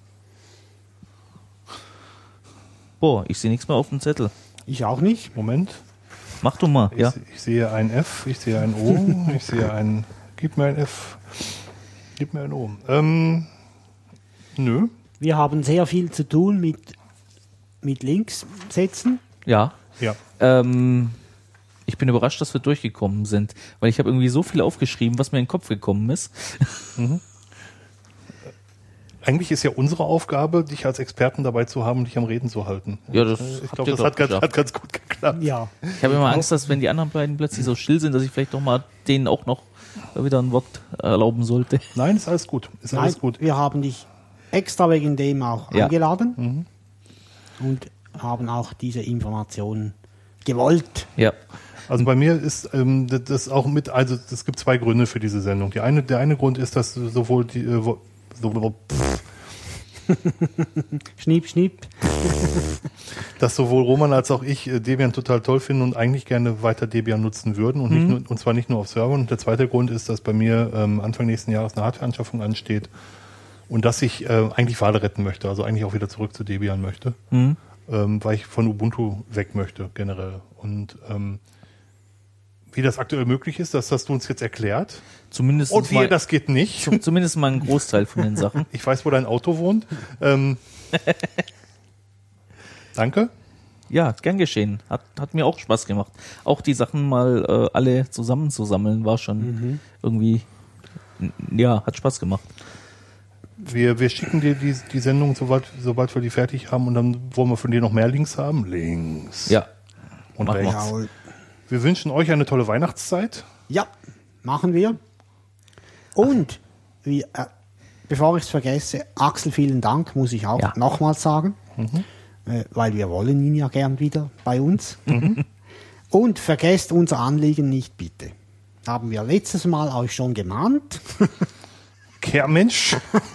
Speaker 4: Boah, ich sehe nichts mehr auf dem Zettel.
Speaker 3: Ich auch nicht.
Speaker 2: Moment.
Speaker 4: Mach du mal,
Speaker 2: ich,
Speaker 4: ja.
Speaker 2: Ich sehe ein F, ich sehe ein O, ich sehe ein... Gib mir ein F, gib mir ein O. Ähm, nö.
Speaker 3: Wir haben sehr viel zu tun mit, mit Links setzen.
Speaker 4: Ja.
Speaker 2: Ja.
Speaker 4: Ähm, ich bin überrascht, dass wir durchgekommen sind, weil ich habe irgendwie so viel aufgeschrieben, was mir in den Kopf gekommen ist.
Speaker 2: Mhm. Eigentlich ist ja unsere Aufgabe, dich als Experten dabei zu haben und dich am Reden zu halten.
Speaker 4: Ja, das
Speaker 2: ich glaube, das hat ganz, hat ganz gut geklappt.
Speaker 3: Ja.
Speaker 4: Ich habe immer Angst, dass wenn die anderen beiden plötzlich so still sind, dass ich vielleicht doch mal denen auch noch wieder ein Wort erlauben sollte.
Speaker 2: Nein, ist alles gut. Ist
Speaker 3: Nein,
Speaker 2: alles gut.
Speaker 3: Wir haben dich extra wegen dem auch
Speaker 4: ja.
Speaker 3: eingeladen mhm. und haben auch diese Informationen gewollt.
Speaker 4: Ja.
Speaker 2: Also bei mir ist ähm, das auch mit, also es gibt zwei Gründe für diese Sendung. Die eine, der eine Grund ist, dass sowohl die äh, so,
Speaker 3: schnipp, schnipp.
Speaker 2: dass sowohl Roman als auch ich äh, Debian total toll finden und eigentlich gerne weiter Debian nutzen würden und,
Speaker 3: mhm.
Speaker 2: nicht nur, und zwar nicht nur auf Servern. Und der zweite Grund ist, dass bei mir ähm, Anfang nächsten Jahres eine Hardwareanschaffung ansteht und dass ich äh, eigentlich Wale retten möchte, also eigentlich auch wieder zurück zu Debian möchte, mhm. ähm, weil ich von Ubuntu weg möchte generell. Und ähm, wie das aktuell möglich ist, das hast du uns jetzt erklärt.
Speaker 4: Zumindest
Speaker 2: und wie
Speaker 4: mal,
Speaker 2: das geht nicht.
Speaker 4: Zum, zumindest mal ein Großteil von den Sachen.
Speaker 2: Ich weiß, wo dein Auto wohnt. Ähm, danke.
Speaker 4: Ja, gern geschehen. Hat, hat mir auch Spaß gemacht. Auch die Sachen mal äh, alle zusammenzusammeln war schon mhm. irgendwie, ja, hat Spaß gemacht.
Speaker 2: Wir, wir schicken dir die, die Sendung, sobald, sobald wir die fertig haben und dann wollen wir von dir noch mehr Links haben. Links.
Speaker 4: Ja.
Speaker 2: Und rechts. Wir wünschen euch eine tolle Weihnachtszeit.
Speaker 3: Ja, machen wir. Und, wie, äh, bevor ich es vergesse, Axel, vielen Dank, muss ich auch ja. nochmals sagen, mhm. äh, weil wir wollen ihn ja gern wieder bei uns. Mhm. Und vergesst unser Anliegen nicht, bitte. Haben wir letztes Mal euch schon gemahnt.
Speaker 2: Kehrmensch.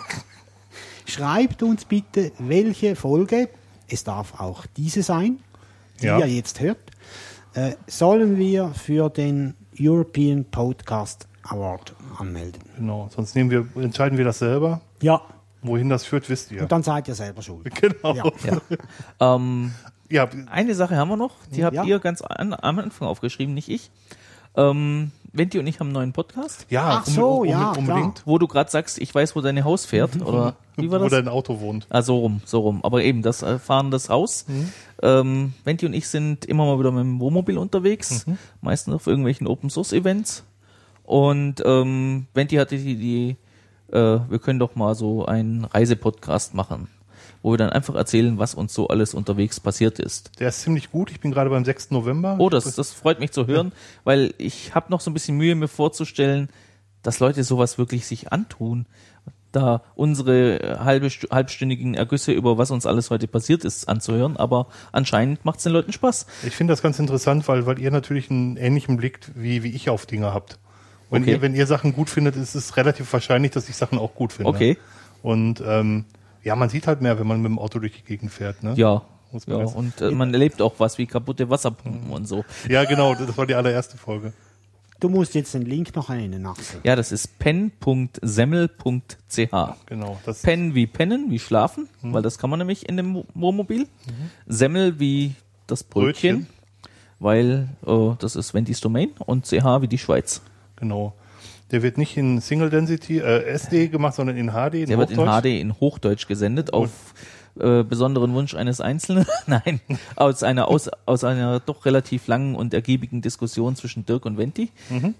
Speaker 3: Schreibt uns bitte, welche Folge, es darf auch diese sein, die ja. ihr jetzt hört, Äh, sollen wir für den European Podcast Award anmelden.
Speaker 2: Genau, sonst nehmen wir, entscheiden wir das selber.
Speaker 3: Ja.
Speaker 2: Wohin das führt, wisst ihr.
Speaker 3: Und dann seid ihr selber schuld.
Speaker 2: Genau.
Speaker 3: Ja.
Speaker 4: Ja. ähm,
Speaker 2: ja.
Speaker 4: Eine Sache haben wir noch, die habt ja. ihr ganz an, am Anfang aufgeschrieben, nicht ich. Ähm, Venti und ich haben einen neuen Podcast.
Speaker 2: Ja,
Speaker 3: Ach so,
Speaker 2: um, um,
Speaker 3: ja,
Speaker 2: unbedingt.
Speaker 3: klar.
Speaker 4: Wo du gerade sagst, ich weiß, wo dein Haus fährt, oder wie war das?
Speaker 2: Wo dein Auto wohnt.
Speaker 4: Ah, so rum, so rum. Aber eben, das äh, fahrendes Haus. Mhm. Ähm, Venti und ich sind immer mal wieder mit dem Wohnmobil unterwegs, mhm. meistens auf irgendwelchen Open-Source-Events. Und ähm, Venti hatte die Idee, äh, wir können doch mal so einen Reisepodcast machen, wo wir dann einfach erzählen, was uns so alles unterwegs passiert ist.
Speaker 2: Der ist ziemlich gut. Ich bin gerade beim sechsten November.
Speaker 4: Oh, das, das freut mich zu hören, ja. weil ich habe noch so ein bisschen Mühe, mir vorzustellen, dass Leute sowas wirklich sich antun. Da unsere halbe, halbstündigen Ergüsse über was uns alles heute passiert ist anzuhören, aber anscheinend macht es den Leuten Spaß.
Speaker 2: Ich finde das ganz interessant, weil, weil ihr natürlich einen ähnlichen Blick wie, wie ich auf Dinge habt. Wenn,
Speaker 4: okay.
Speaker 2: ihr, wenn ihr Sachen gut findet, ist es relativ wahrscheinlich, dass ich Sachen auch gut finde.
Speaker 4: Okay.
Speaker 2: Und ähm, ja, man sieht halt mehr, wenn man mit dem Auto durch die Gegend fährt. Ne?
Speaker 4: Ja, ja und äh, man erlebt auch was wie kaputte Wasserpumpen und so.
Speaker 2: Ja, genau, das war die allererste Folge.
Speaker 3: Du musst jetzt den Link noch nennen, Axel.
Speaker 4: Ja, das ist pen punkt semmel punkt c h.
Speaker 2: Genau. Das
Speaker 4: Pen wie pennen, wie schlafen, mhm. weil das kann man nämlich in dem Wohnmobil. Mhm. Semmel wie das Brötchen, Brötchen. weil äh, das ist Ventis Domain und C H wie die Schweiz.
Speaker 2: Genau. Der wird nicht in Single Density, äh, S D gemacht, sondern in H D, in
Speaker 4: Der
Speaker 2: Hochdeutsch.
Speaker 4: wird in H D, in Hochdeutsch gesendet, und auf äh, besonderen Wunsch eines Einzelnen. Nein, aus einer, aus, aus einer doch relativ langen und ergiebigen Diskussion zwischen Dirk und Venti. Mhm.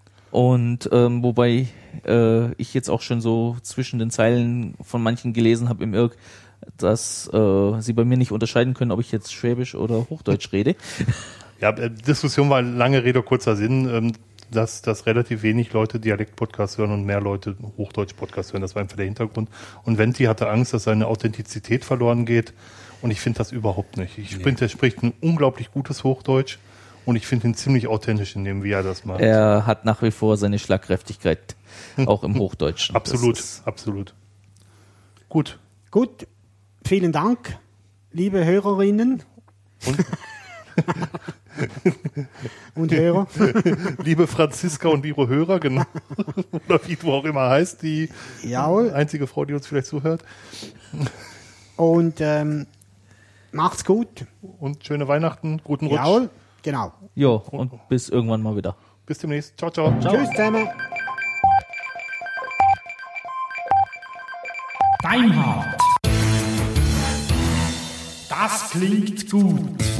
Speaker 4: Und ähm, wobei äh, ich jetzt auch schon so zwischen den Zeilen von manchen gelesen habe im Irk, dass äh, sie bei mir nicht unterscheiden können, ob ich jetzt Schwäbisch oder Hochdeutsch rede.
Speaker 2: Ja, Diskussion war lange Rede, kurzer Sinn. Ähm, Dass, dass relativ wenig Leute Dialekt-Podcasts hören und mehr Leute Hochdeutsch-Podcasts hören. Das war einfach der Hintergrund. Und Venti hatte Angst, dass seine Authentizität verloren geht. Und ich finde das überhaupt nicht. Ich nee. finde, er spricht ein unglaublich gutes Hochdeutsch. Und ich finde ihn ziemlich authentisch in dem, wie er das macht.
Speaker 4: Er hat nach wie vor seine Schlagkräftigkeit, auch im Hochdeutschen.
Speaker 2: Absolut,
Speaker 4: Das ist-
Speaker 2: absolut. Gut.
Speaker 3: Gut, vielen Dank, liebe Hörerinnen
Speaker 2: Und
Speaker 3: und Hörer.
Speaker 2: liebe Franziska und ihre Hörer, genau. Oder wie du auch immer heißt, die
Speaker 3: Jawohl.
Speaker 2: einzige Frau, die uns vielleicht zuhört.
Speaker 3: Und ähm, macht's gut.
Speaker 2: Und schöne Weihnachten, guten Rutsch.
Speaker 3: Jawohl, genau.
Speaker 4: Jo, und bis irgendwann mal wieder.
Speaker 2: Bis demnächst. Ciao, ciao.
Speaker 3: Tschüss zusammen.
Speaker 1: Deinhard. Das klingt gut.